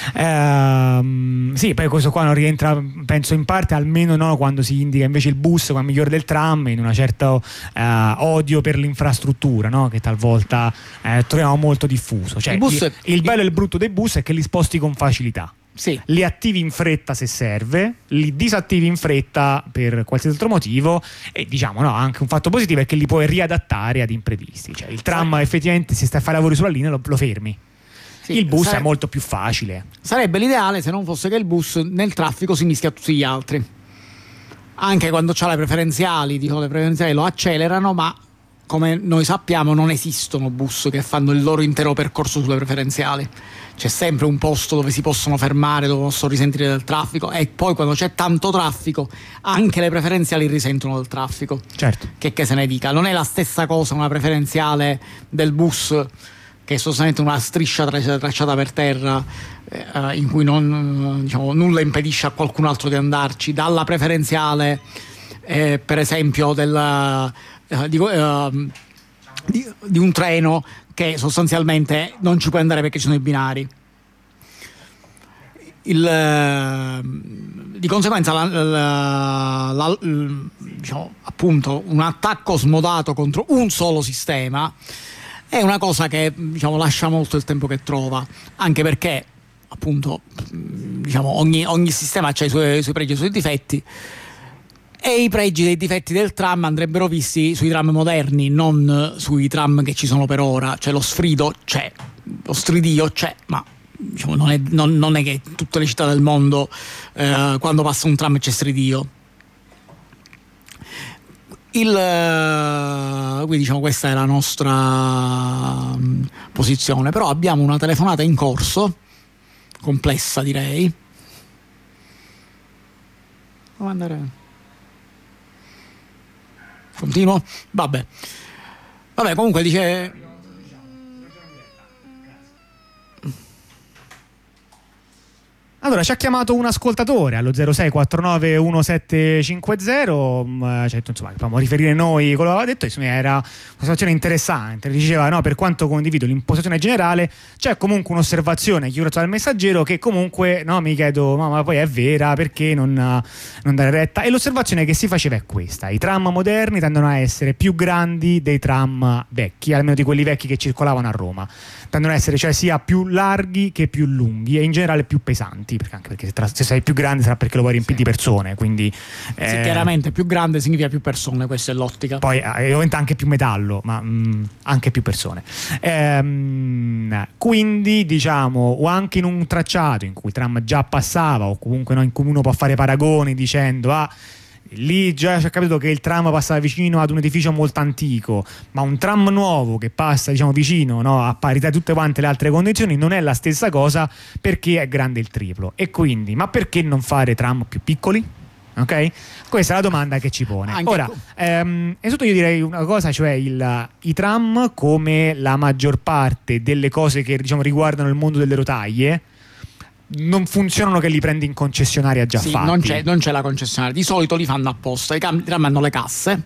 Ehm, sì, poi questo qua non rientra, penso in parte, almeno no, quando si indica invece il bus come migliore del tram, in una certa uh, odio per l'infrastruttura, no? Che talvolta uh, troviamo molto diffuso. Cioè, Il bus- il, il bello e il brutto dei bus è che li sposti con facilità. Sì. Li attivi in fretta se serve, li disattivi in fretta per qualsiasi altro motivo, e diciamo no, anche un fatto positivo è che li puoi riadattare ad imprevisti. Cioè il tram effettivamente, se stai a fare lavori sulla linea, lo, lo fermi. Sì, il bus sare- è molto più facile. Sarebbe l'ideale se non fosse che il bus nel traffico si mischia a tutti gli altri. Anche quando c'ha le preferenziali, dico, le preferenziali lo accelerano, ma come noi sappiamo non esistono bus che fanno il loro intero percorso sulle preferenziali. C'è sempre un posto dove si possono fermare, dove possono risentire del traffico, e poi quando c'è tanto traffico anche le preferenziali risentono del traffico. Certo. Che, che se ne dica, non è la stessa cosa una preferenziale del bus, che è sostanzialmente una striscia tra- tracciata per terra, eh, in cui non, diciamo, nulla impedisce a qualcun altro di andarci, dalla preferenziale eh, per esempio del, eh, di, eh, di, di un treno che sostanzialmente non ci puoi andare perché ci sono i binari. Il, eh, di conseguenza la, la, la, diciamo, appunto un attacco smodato contro un solo sistema è una cosa che, diciamo, lascia molto il tempo che trova, anche perché appunto, diciamo, ogni, ogni sistema ha i suoi, i suoi pregi e i suoi difetti, e i pregi dei difetti del tram andrebbero visti sui tram moderni, non sui tram che ci sono per ora. Cioè lo sfrido c'è, lo stridio c'è, ma diciamo, non, è, non, non è che tutte le città del mondo eh, quando passa un tram c'è stridio. Il, quindi diciamo questa è la nostra um, posizione, però abbiamo una telefonata in corso, complessa direi. Devo andare... Continuo? Vabbè. Vabbè, comunque dice... Allora, ci ha chiamato un ascoltatore allo zero sei quattro nove uno sette cinque zero, mh, cioè, insomma, dobbiamo riferire noi quello che aveva detto, insomma, era una situazione interessante. Diceva, no, per quanto condivido l'impostazione generale, c'è comunque un'osservazione chiusa al Messaggero che comunque, no, mi chiedo, ma, ma poi è vera, perché non, non dare retta? E l'osservazione che si faceva è questa: i tram moderni tendono a essere più grandi dei tram vecchi, almeno di quelli vecchi che circolavano a Roma. Tendono a essere, cioè, sia più larghi che più lunghi e in generale più pesanti, perché anche perché se, tra, se sei più grande sarà perché lo vuoi riempire di persone, quindi eh, sì, chiaramente più grande significa più persone, questa è l'ottica. Poi eh, ovviamente anche più metallo, ma mh, anche più persone. Ehm, quindi diciamo, o anche in un tracciato in cui il tram già passava, o comunque, no, in cui uno può fare paragoni dicendo ah, lì già ci è capito che il tram passava vicino ad un edificio molto antico, ma un tram nuovo che passa, diciamo, vicino, no, a parità di tutte quante le altre condizioni, non è la stessa cosa, perché è grande il triplo. E quindi, ma perché non fare tram più piccoli? Ok? Questa è la domanda che ci pone. Anche Ora, co- ehm, innanzitutto io direi una cosa, cioè il, i tram, come la maggior parte delle cose che, diciamo, riguardano il mondo delle rotaie, non funzionano che li prendi in concessionaria già sì, fatti. non c'è, non c'è la concessionaria, di solito li fanno apposta. I tram, i tram hanno le casse,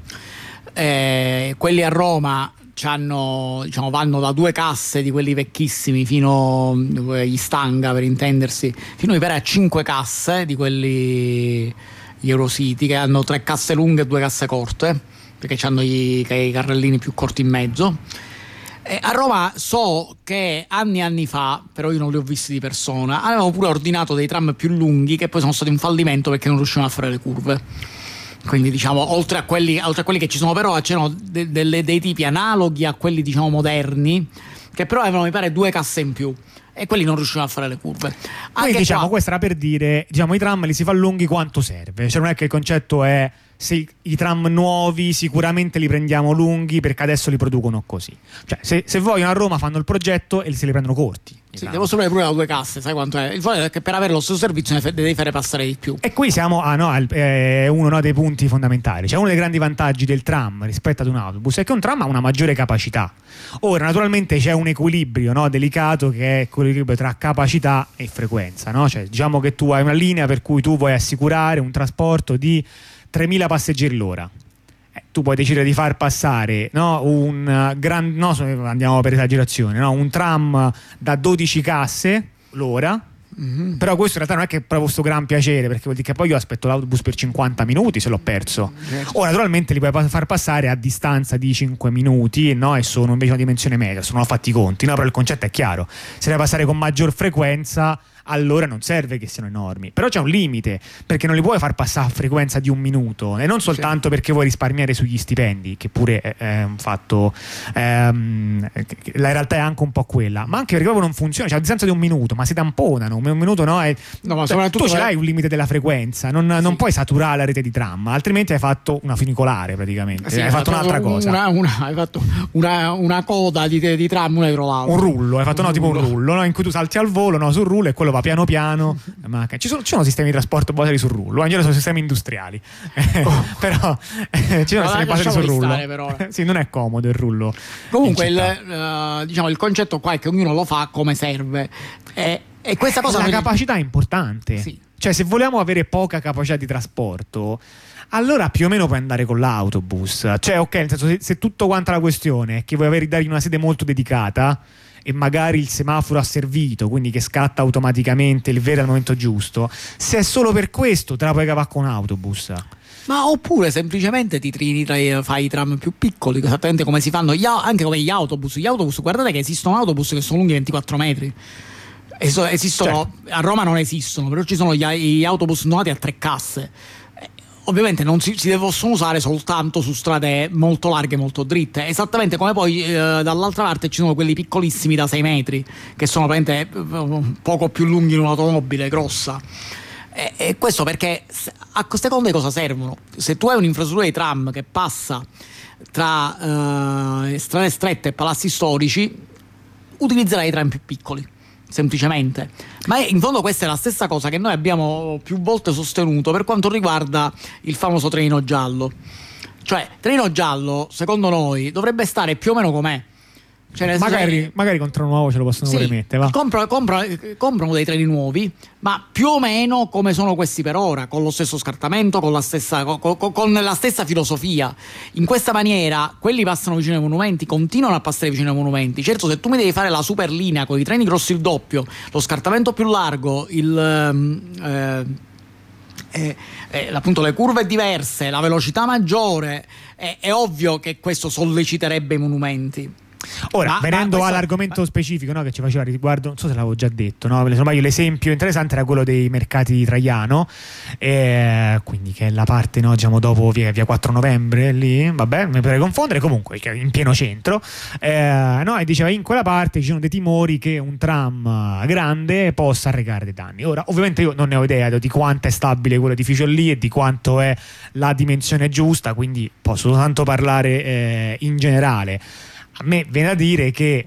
eh, quelli a Roma c'hanno, diciamo, vanno da due casse di quelli vecchissimi fino gli Stanga, per intendersi, fino mi pare a cinque casse di quelli Eurocity, che hanno tre casse lunghe e due casse corte, perché hanno i, i carrellini più corti in mezzo. Eh, a Roma so che anni e anni fa, però io non li ho visti di persona, avevano pure ordinato dei tram più lunghi che poi sono stati un fallimento perché non riuscivano a fare le curve. Quindi, diciamo, oltre a quelli, oltre a quelli che ci sono per ora, c'erano de- delle, dei tipi analoghi a quelli, diciamo, moderni, che però avevano, mi pare, due casse in più, e quelli non riuscivano a fare le curve. Quindi, Anche diciamo, qua, questo era per dire, diciamo, i tram li si fa lunghi quanto serve, cioè non è che il concetto è se i tram nuovi sicuramente li prendiamo lunghi perché adesso li producono così, cioè se, se vogliono a Roma fanno il progetto e se li prendono corti. sì, devo sapere pure da due casse, sai quanto è? Il fatto è che per avere lo stesso servizio ne fe- devi fare passare di più. E qui siamo a, no, al, eh, uno, no, dei punti fondamentali. Cioè, uno dei grandi vantaggi del tram rispetto ad un autobus è che un tram ha una maggiore capacità. Ora, naturalmente c'è un equilibrio, no, delicato, che è quell'equilibrio tra capacità e frequenza, no? Cioè, diciamo che tu hai una linea per cui tu vuoi assicurare un trasporto di tremila passeggeri l'ora. Eh, tu puoi decidere di far passare, no, un uh, gran, no, andiamo per esagerazione, no, un tram da dodici casse l'ora. Mm-hmm. Però questo in realtà non è che è proprio questo gran piacere, perché vuol dire che poi io aspetto l'autobus per cinquanta minuti se l'ho perso. Ora naturalmente li puoi far passare a distanza di cinque minuti, no? E sono invece una dimensione media, sono fatti i conti, no? Però il concetto è chiaro: se devi passare con maggior frequenza allora non serve che siano enormi. Però c'è un limite, perché non li puoi far passare a frequenza di un minuto, e non soltanto sì. perché vuoi risparmiare sugli stipendi, che pure è, è un fatto, ehm, la realtà è anche un po' quella, ma anche perché proprio non funziona, cioè a distanza di un minuto, ma si tamponano, un minuto no, è, no ma soprattutto tu ce l'hai un limite della frequenza, non, sì. non puoi saturare la rete di tram, altrimenti hai fatto una funicolare praticamente, sì, hai fatto un'altra cosa, una, una, hai fatto una, una coda di, di tram una dietro l'altra, un rullo, hai fatto un no, tipo rullo. un rullo no, in cui tu salti al volo no, sul rullo, e quello va piano piano. Ma ci sono, ci sono sistemi di trasporto basati sul rullo, in genere sono sistemi industriali, oh. però eh, ci sono sistemi basati sul rullo stare, sì, non è comodo il rullo. Comunque il, uh, diciamo il concetto qua è che ognuno lo fa come serve, e, e questa cosa la non capacità è importante, sì. Cioè se vogliamo avere poca capacità di trasporto, allora più o meno puoi andare con l'autobus, cioè ok, nel senso, se, se tutto quanto la questione è che vuoi avere dargli una sede molto dedicata e magari il semaforo ha servito, quindi che scatta automaticamente il verde al momento giusto, se è solo per questo te la puoi cavare con un autobus. Ma oppure semplicemente ti trini tra i, fai i tram più piccoli, esattamente come si fanno gli, anche come gli autobus. Gli autobus, guardate che esistono autobus che sono lunghi ventiquattro metri. So, esistono, certo. A Roma non esistono, però ci sono gli, gli autobus donati a tre casse. Eh, ovviamente non si, si possono usare soltanto su strade molto larghe, molto dritte. Esattamente come poi eh, dall'altra parte ci sono quelli piccolissimi da sei metri, che sono praticamente eh, poco più lunghi di un'automobile grossa. E, e questo perché a queste cose cosa servono? Se tu hai un'infrastruttura di tram che passa tra eh, strade strette e palazzi storici, utilizzerai i tram più piccoli, semplicemente. Ma in fondo questa è la stessa cosa che noi abbiamo più volte sostenuto per quanto riguarda il famoso trenino giallo. Cioè, trenino giallo, secondo noi, dovrebbe stare più o meno com'è. Cioè, magari, che... magari contro nuovo ce lo possono sì, permettere, va. Compra, compra, comprano dei treni nuovi, ma più o meno come sono questi per ora, con lo stesso scartamento, con la stessa, con, con, con la stessa filosofia. In questa maniera quelli passano vicino ai monumenti, continuano a passare vicino ai monumenti. Certo, se tu mi devi fare la super linea con i treni grossi il doppio, lo scartamento più largo, il eh, eh, eh, appunto le curve diverse, la velocità maggiore, eh, è ovvio che questo solleciterebbe i monumenti. Ora, ma, venendo ma questo, all'argomento ma... specifico, no, che ci faceva riguardo, non so se l'avevo già detto, no? L'esempio interessante era quello dei mercati di Traiano, eh, quindi che è la parte, no, diciamo dopo via, via quattro novembre, lì, vabbè, mi potrei confondere, comunque in pieno centro, eh, no, e diceva in quella parte ci sono dei timori che un tram grande possa arrecare dei danni. Ora, ovviamente io non ne ho idea di quanto è stabile quell'edificio lì e di quanto è la dimensione giusta, quindi posso soltanto parlare eh, in generale. A me viene da dire che,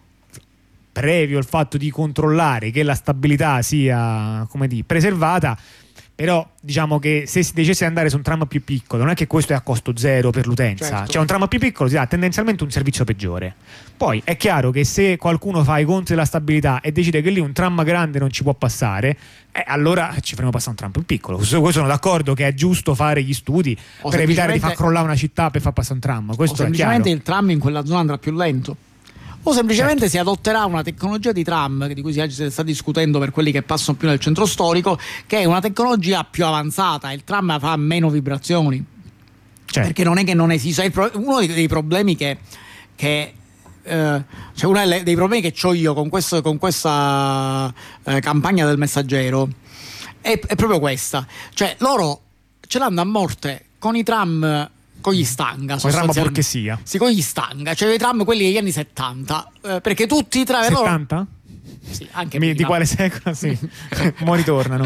previo il fatto di controllare che la stabilità sia, come dire, preservata, però diciamo che se si decidesse di andare su un tram più piccolo, non è che questo è a costo zero per l'utenza, certo. Cioè un tram più piccolo si dà tendenzialmente un servizio peggiore. Poi è chiaro che se qualcuno fa i conti della stabilità e decide che lì un tram grande non ci può passare, eh, allora ci faremo passare un tram più piccolo. Su questo sono d'accordo che è giusto fare gli studi o per evitare di far crollare una città per far passare un tram. Questo o semplicemente è il tram in quella zona andrà più lento. O semplicemente certo. si adotterà una tecnologia di tram di cui si sta discutendo per quelli che passano più nel centro storico, che è una tecnologia più avanzata. Il tram fa meno vibrazioni, certo. Perché non è che non esiste. Uno dei problemi che, che eh, cioè uno dei problemi che ho io con, questo, con questa eh, campagna del Messaggero è, è proprio questa. Cioè loro ce l'hanno a morte con i tram, con gli stanga, con i tram a borchessia. Sì, con gli stanga, cioè i tram quelli degli anni settanta, eh, perché tutti i tram settanta? Sì, anche Mi, di quale secolo? Sì. Mo' ritornano.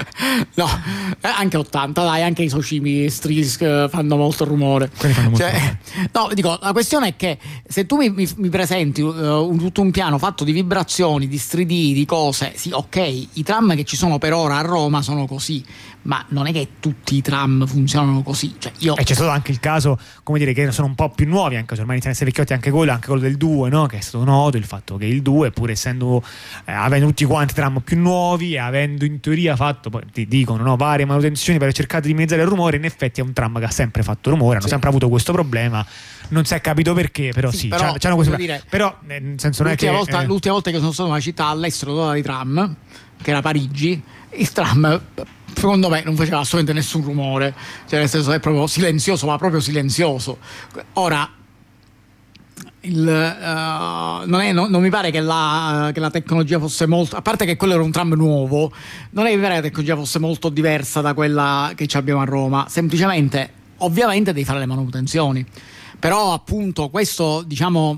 No, eh, anche ottanta, dai, anche i Socimi Stris eh, fanno molto rumore. Fanno molto cioè, rumore. No, dico, la questione è che se tu mi, mi, mi presenti uh, un, tutto un piano fatto di vibrazioni, di tre D, di cose, sì, ok, i tram che ci sono per ora a Roma sono così, ma non è che tutti i tram funzionano così. Cioè, io... E c'è stato anche il caso, come dire, che sono un po' più nuovi, anche se ormai iniziano a essere vecchiotti, anche quello, anche quello del due, no? Che è stato noto il fatto che il due, pur essendo eh, avendo tutti quanti tram più nuovi e avendo in teoria fatto, poi ti dicono, no, varie manutenzioni per cercare di minimizzare il rumore, in effetti è un tram che ha sempre fatto rumore, hanno sì. sempre avuto questo problema, non si è capito perché, però sì, sì però, c'hanno, c'hanno questo dire, però nel senso non è che volta, eh... l'ultima volta che sono stato in una città all'estero dove di tram, che era Parigi, il tram secondo me non faceva assolutamente nessun rumore, cioè nel senso è proprio silenzioso, ma proprio silenzioso. Ora il, uh, non, è, no, non mi pare che la, che la tecnologia fosse molto, a parte che quello era un tram nuovo, non è mi pare che la tecnologia fosse molto diversa da quella che ci abbiamo a Roma, semplicemente ovviamente devi fare le manutenzioni, però appunto questo diciamo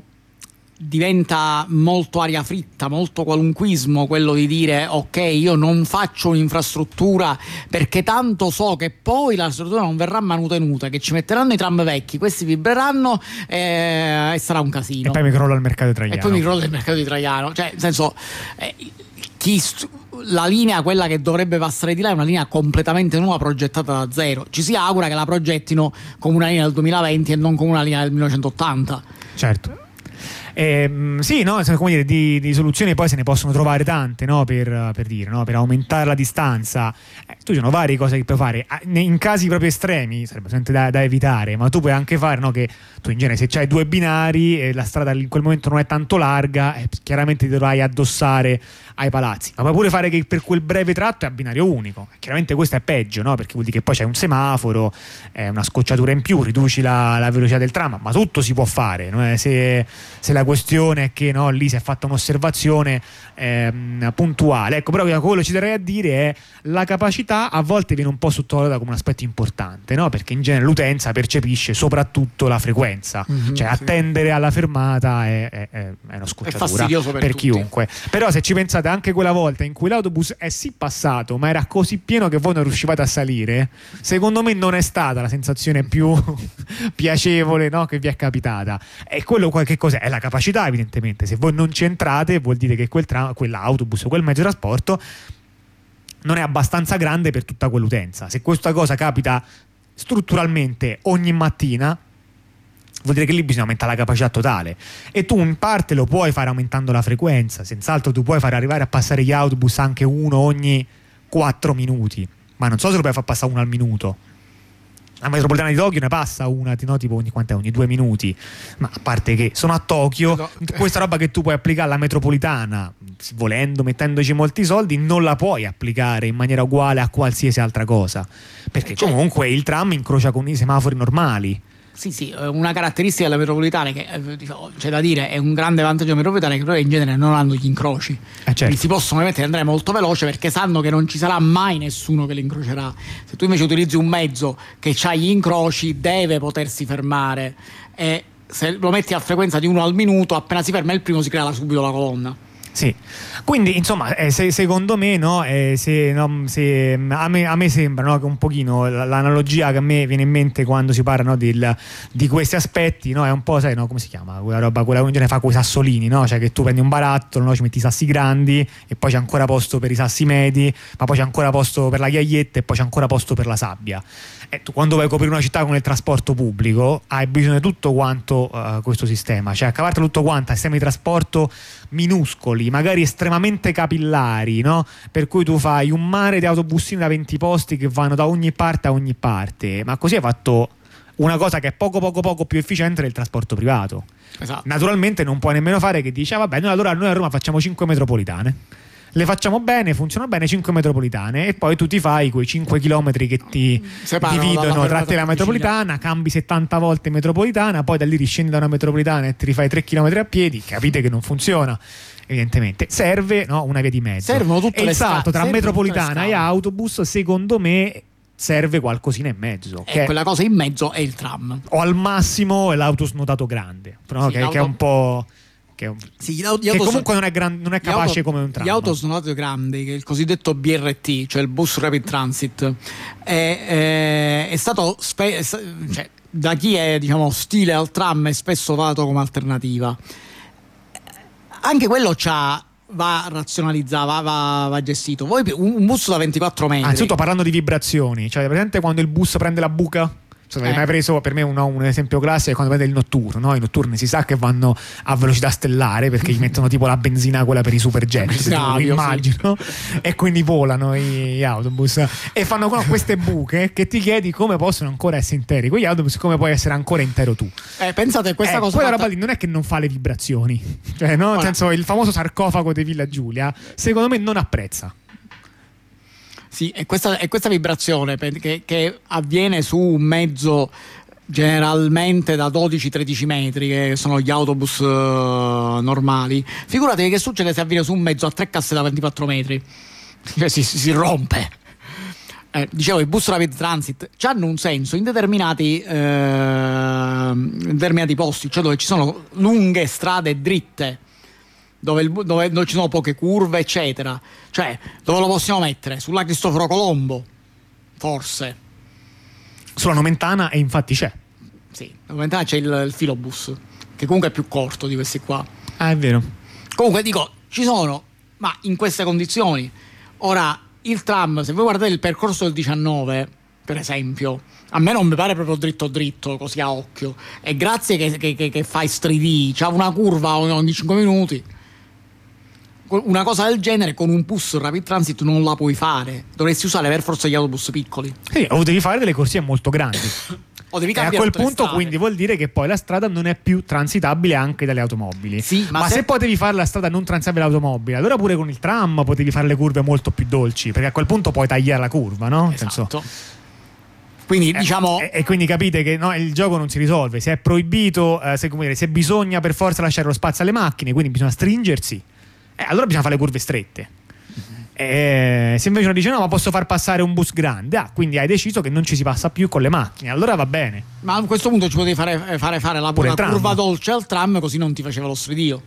diventa molto aria fritta, molto qualunquismo quello di dire ok, io non faccio un'infrastruttura perché tanto so che poi la struttura non verrà manutenuta, che ci metteranno i tram vecchi, questi vibreranno eh, e sarà un casino, e poi mi crolla il mercato italiano e poi mi crolla il mercato italiano, cioè nel senso eh, chi st- la linea, quella che dovrebbe passare di là, è una linea completamente nuova, progettata da zero. Ci si augura che la progettino come una linea del duemilaventi e non come una linea del millenovecentottanta. Certo. Eh, sì, no, come dire, di, di soluzioni poi se ne possono trovare tante, no? per, per dire, no? Per aumentare la distanza. Eh, tu ci sono varie cose che puoi fare. In casi proprio estremi sarebbe sempre da, da evitare, ma tu puoi anche fare, no? Che tu in genere se c'hai due binari e la strada in quel momento non è tanto larga, eh, chiaramente ti dovrai addossare ai palazzi, ma puoi pure fare che per quel breve tratto è a binario unico. Chiaramente questo è peggio, no? Perché vuol dire che poi c'è un semaforo, eh, una scocciatura in più, riduci la, la velocità del tram, ma tutto si può fare, no? se, se la questione è che no, lì si è fatta un'osservazione ehm, puntuale. Ecco, però quello ci darei a dire è la capacità a volte viene un po' sottovalutata come un aspetto importante, no? Perché in genere l'utenza percepisce soprattutto la frequenza, mm-hmm, cioè sì. Attendere alla fermata è, è, è una scocciatura è fastidioso per, per tutti. Chiunque. Però se ci pensate anche quella volta in cui l'autobus è sì passato ma era così pieno che voi non riuscivate a salire, secondo me non è stata la sensazione più piacevole, no? Che vi è capitata. E quello che cos'è? È la capacità, evidentemente. Se voi non ci entrate vuol dire che quel tra- quell'autobus o quel mezzo di trasporto non è abbastanza grande per tutta quell'utenza. Se questa cosa capita strutturalmente ogni mattina, vuol dire che lì bisogna aumentare la capacità totale, e tu in parte lo puoi fare aumentando la frequenza. Senz'altro tu puoi fare arrivare a passare gli autobus anche uno ogni quattro minuti, ma non so se lo puoi far passare uno al minuto. La metropolitana di Tokyo ne passa una, no, tipo ogni, quant'è, ogni due minuti, ma a parte che sono a Tokyo, no. Questa roba che tu puoi applicare alla metropolitana, volendo, mettendoci molti soldi, non la puoi applicare in maniera uguale a qualsiasi altra cosa, perché cioè, comunque il tram incrocia con i semafori normali. Sì, sì, una caratteristica della metropolitana che c'è da dire è un grande vantaggio della metropolitana, che però in genere non hanno gli incroci, eh certo. Si possono ovviamente andare molto veloce perché sanno che non ci sarà mai nessuno che li incrocerà. Se tu invece utilizzi un mezzo che ha gli incroci, deve potersi fermare, e se lo metti a frequenza di uno al minuto, appena si ferma il primo si crea subito la colonna. Sì, quindi insomma eh, se, secondo me, no, eh, se, no, se, a, me, a me sembra, no, che un pochino l'analogia che a me viene in mente quando si parla, no, del, di questi aspetti, no, è un po', sai, no, come si chiama quella roba, quella che in genere fa con i sassolini, no? Cioè che tu prendi un barattolo, no, ci metti i sassi grandi e poi c'è ancora posto per i sassi medi, ma poi c'è ancora posto per la ghiaietta e poi c'è ancora posto per la sabbia. E tu quando vai a coprire una città con il trasporto pubblico hai bisogno di tutto quanto uh, questo sistema, cioè a cavartelo tutto quanto a sistemi di trasporto minuscoli, magari estremamente capillari, no? Per cui tu fai un mare di autobussini da venti posti che vanno da ogni parte a ogni parte, ma così hai fatto una cosa che è poco poco poco più efficiente del trasporto privato. Esatto. Naturalmente non puoi nemmeno fare che dici ah, vabbè, noi allora noi a Roma facciamo cinque metropolitane, le facciamo bene, funzionano bene, cinque metropolitane, e poi tu ti fai quei cinque chilometri che ti Separano dividono tra te e la metropolitana, cambi settanta volte metropolitana, poi da lì riscendi da una metropolitana e ti rifai tre chilometri a piedi. Capite che non funziona, evidentemente. Serve, no, una via di mezzo. Servono tutte e le il salto sca- tra metropolitana e autobus, secondo me, serve qualcosina in mezzo, e che quella cosa in mezzo è il tram, o al massimo è l'autosnodato grande, però, sì, che, che è un po'... Che, sì, che comunque non è, gran, non è capace auto, come un tram. Gli autosnodati grandi, che è il cosiddetto B R T, cioè il Bus Rapid Transit, è, è, è stato spe- cioè, da chi è, diciamo, ostile al tram è spesso dato come alternativa. Anche quello c'ha, va razionalizzato, va, va, va gestito. Voi un, un bus da ventiquattro metri. Anzitutto parlando di vibrazioni, cioè presente quando il bus prende la buca? Se avete eh. mai preso, per me un, un esempio classico è quando prende il notturno, no? I notturni si sa che vanno a velocità stellare perché gli mettono tipo la benzina, quella per i superjet, se tu immagino, sì. E quindi volano gli autobus e fanno queste buche che ti chiedi come possono ancora essere interi quegli autobus, come puoi essere ancora intero tu. Eh, pensate questa eh, cosa quella fatta... roba lì non è che non fa le vibrazioni, cioè, no? Nel senso, il famoso sarcofago di Villa Giulia secondo me non apprezza. Sì, e questa, e questa vibrazione che, che avviene su un mezzo generalmente da dodici tredici metri, che sono gli autobus uh, normali. Figuratevi che succede se avviene su un mezzo a tre casse da ventiquattro metri, cioè si, si, si rompe. Eh, dicevo, i bus rapid transit hanno un senso in determinati, eh, in determinati posti, cioè dove ci sono lunghe strade dritte, dove, il, dove, dove ci sono poche curve, eccetera. Cioè, dove lo possiamo mettere? Sulla Cristoforo Colombo, forse. Sulla Nomentana, e infatti c'è. Sì, Nomentana c'è il, il filobus, che comunque è più corto di questi qua. Ah, è vero. Comunque dico, ci sono, ma in queste condizioni. Ora, il tram, se voi guardate il percorso del diciannove, per esempio, a me non mi pare proprio dritto dritto, così a occhio. E grazie che, che, che, che fai tre D, c'ha una curva ogni cinque minuti. Una cosa del genere con un bus rapid transit non la puoi fare. Dovresti usare per forza gli autobus piccoli. Sì, o devi fare delle corsie molto grandi. O devi e a cambiare quel punto strade. quindi vuol dire che poi la strada non è più transitabile anche dalle automobili. Sì, ma ma se... se potevi fare la strada non transitabile automobile, allora pure con il tram potevi fare le curve molto più dolci, perché a quel punto puoi tagliare la curva, no? Esatto. Senso, quindi eh, diciamo e, e quindi capite che no, il gioco non si risolve. Se è proibito, eh, se, come dire, se bisogna per forza lasciare lo spazio alle macchine, quindi bisogna stringersi, eh, allora bisogna fare le curve strette. Eh, se invece uno dice no, ma posso far passare un bus grande, ah, quindi hai deciso che non ci si passa più con le macchine, allora va bene. Ma a questo punto ci potevi fare fare, fare la, Pure la il tram. curva dolce al tram, così non ti faceva lo stridio.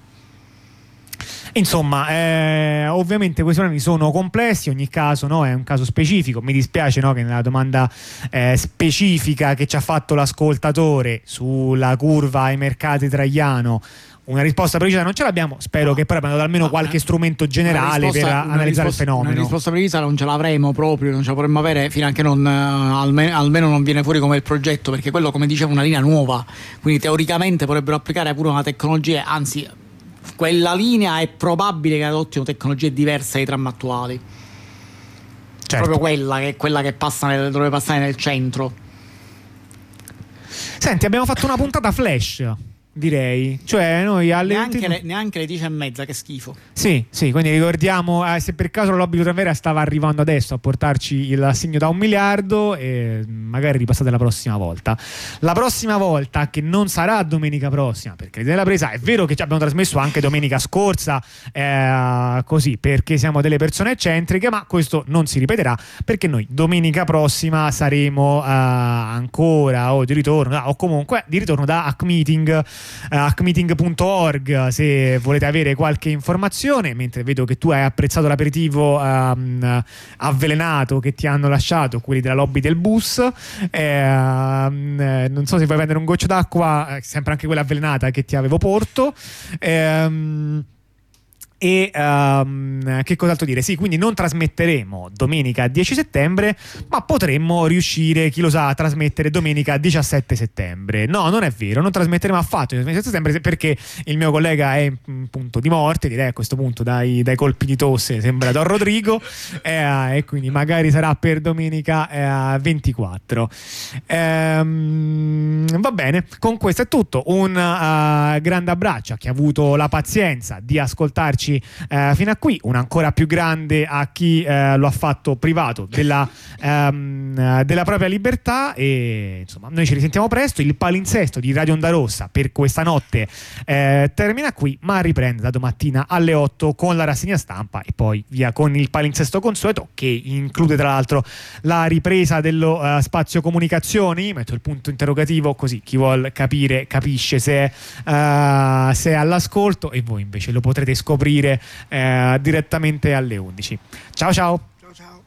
Insomma, eh, ovviamente questi problemi sono complessi, ogni caso no, è un caso specifico. Mi dispiace no, che nella domanda eh, specifica che ci ha fatto l'ascoltatore sulla curva ai mercati Traiano una risposta precisa non ce l'abbiamo. Spero no. che poi abbiamo dato almeno no, qualche eh. strumento generale risposta, per analizzare risposta, il fenomeno. Una risposta precisa non ce l'avremo proprio, non ce la potremmo avere fino a che non, uh, almeno, almeno non viene fuori come il progetto, perché quello, come dicevo, è una linea nuova, quindi teoricamente potrebbero applicare pure una tecnologia, anzi quella linea è probabile che adottino tecnologie diverse dai tram attuali. Certo. Proprio quella che è quella che passa nel, dovrebbe passare nel centro. Senti, abbiamo fatto una puntata flash, direi, cioè noi alle Neanche, venti... le, neanche le dieci e mezza, che schifo. Sì, sì, quindi ricordiamo eh, se per caso la lobby Tramvera stava arrivando adesso a portarci il assegno da un miliardo, e magari ripassate la prossima volta. La prossima volta, che non sarà domenica prossima, perché nella presa è vero che ci abbiamo trasmesso anche domenica scorsa, eh, così perché siamo delle persone eccentriche, ma questo non si ripeterà perché noi domenica prossima saremo eh, ancora o di ritorno, o comunque di ritorno da Hack Meeting. Uh, hack meeting punto org se volete avere qualche informazione, mentre vedo che tu hai apprezzato l'aperitivo um, avvelenato che ti hanno lasciato quelli della lobby del bus, eh, um, non so se vuoi prendere un goccio d'acqua, eh, sempre anche quella avvelenata che ti avevo porto. ehm E um, che cos'altro dire? Sì, quindi non trasmetteremo domenica dieci settembre, ma potremmo riuscire, chi lo sa, a trasmettere domenica diciassette settembre. No, non è vero, non trasmetteremo affatto il diciassette settembre perché il mio collega è in punto di morte, direi a questo punto dai, dai colpi di tosse, sembra Don Rodrigo, eh, e quindi magari sarà per domenica eh, ventiquattro. Ehm, va bene, con questo è tutto. Un uh, grande abbraccio a chi ha avuto la pazienza di ascoltarci Eh, fino a qui, un ancora più grande a chi eh, lo ha fatto privato della, ehm, della propria libertà, e insomma noi ci risentiamo presto. Il palinsesto di Radio Onda Rossa per questa notte eh, termina qui, ma riprende da domattina alle otto con la rassegna stampa e poi via con il palinsesto consueto, che include tra l'altro la ripresa dello uh, spazio comunicazioni. Metto il punto interrogativo così chi vuol capire capisce se è, uh, se è all'ascolto, e voi invece lo potrete scoprire Eh, direttamente alle undici. Ciao ciao. Ciao ciao.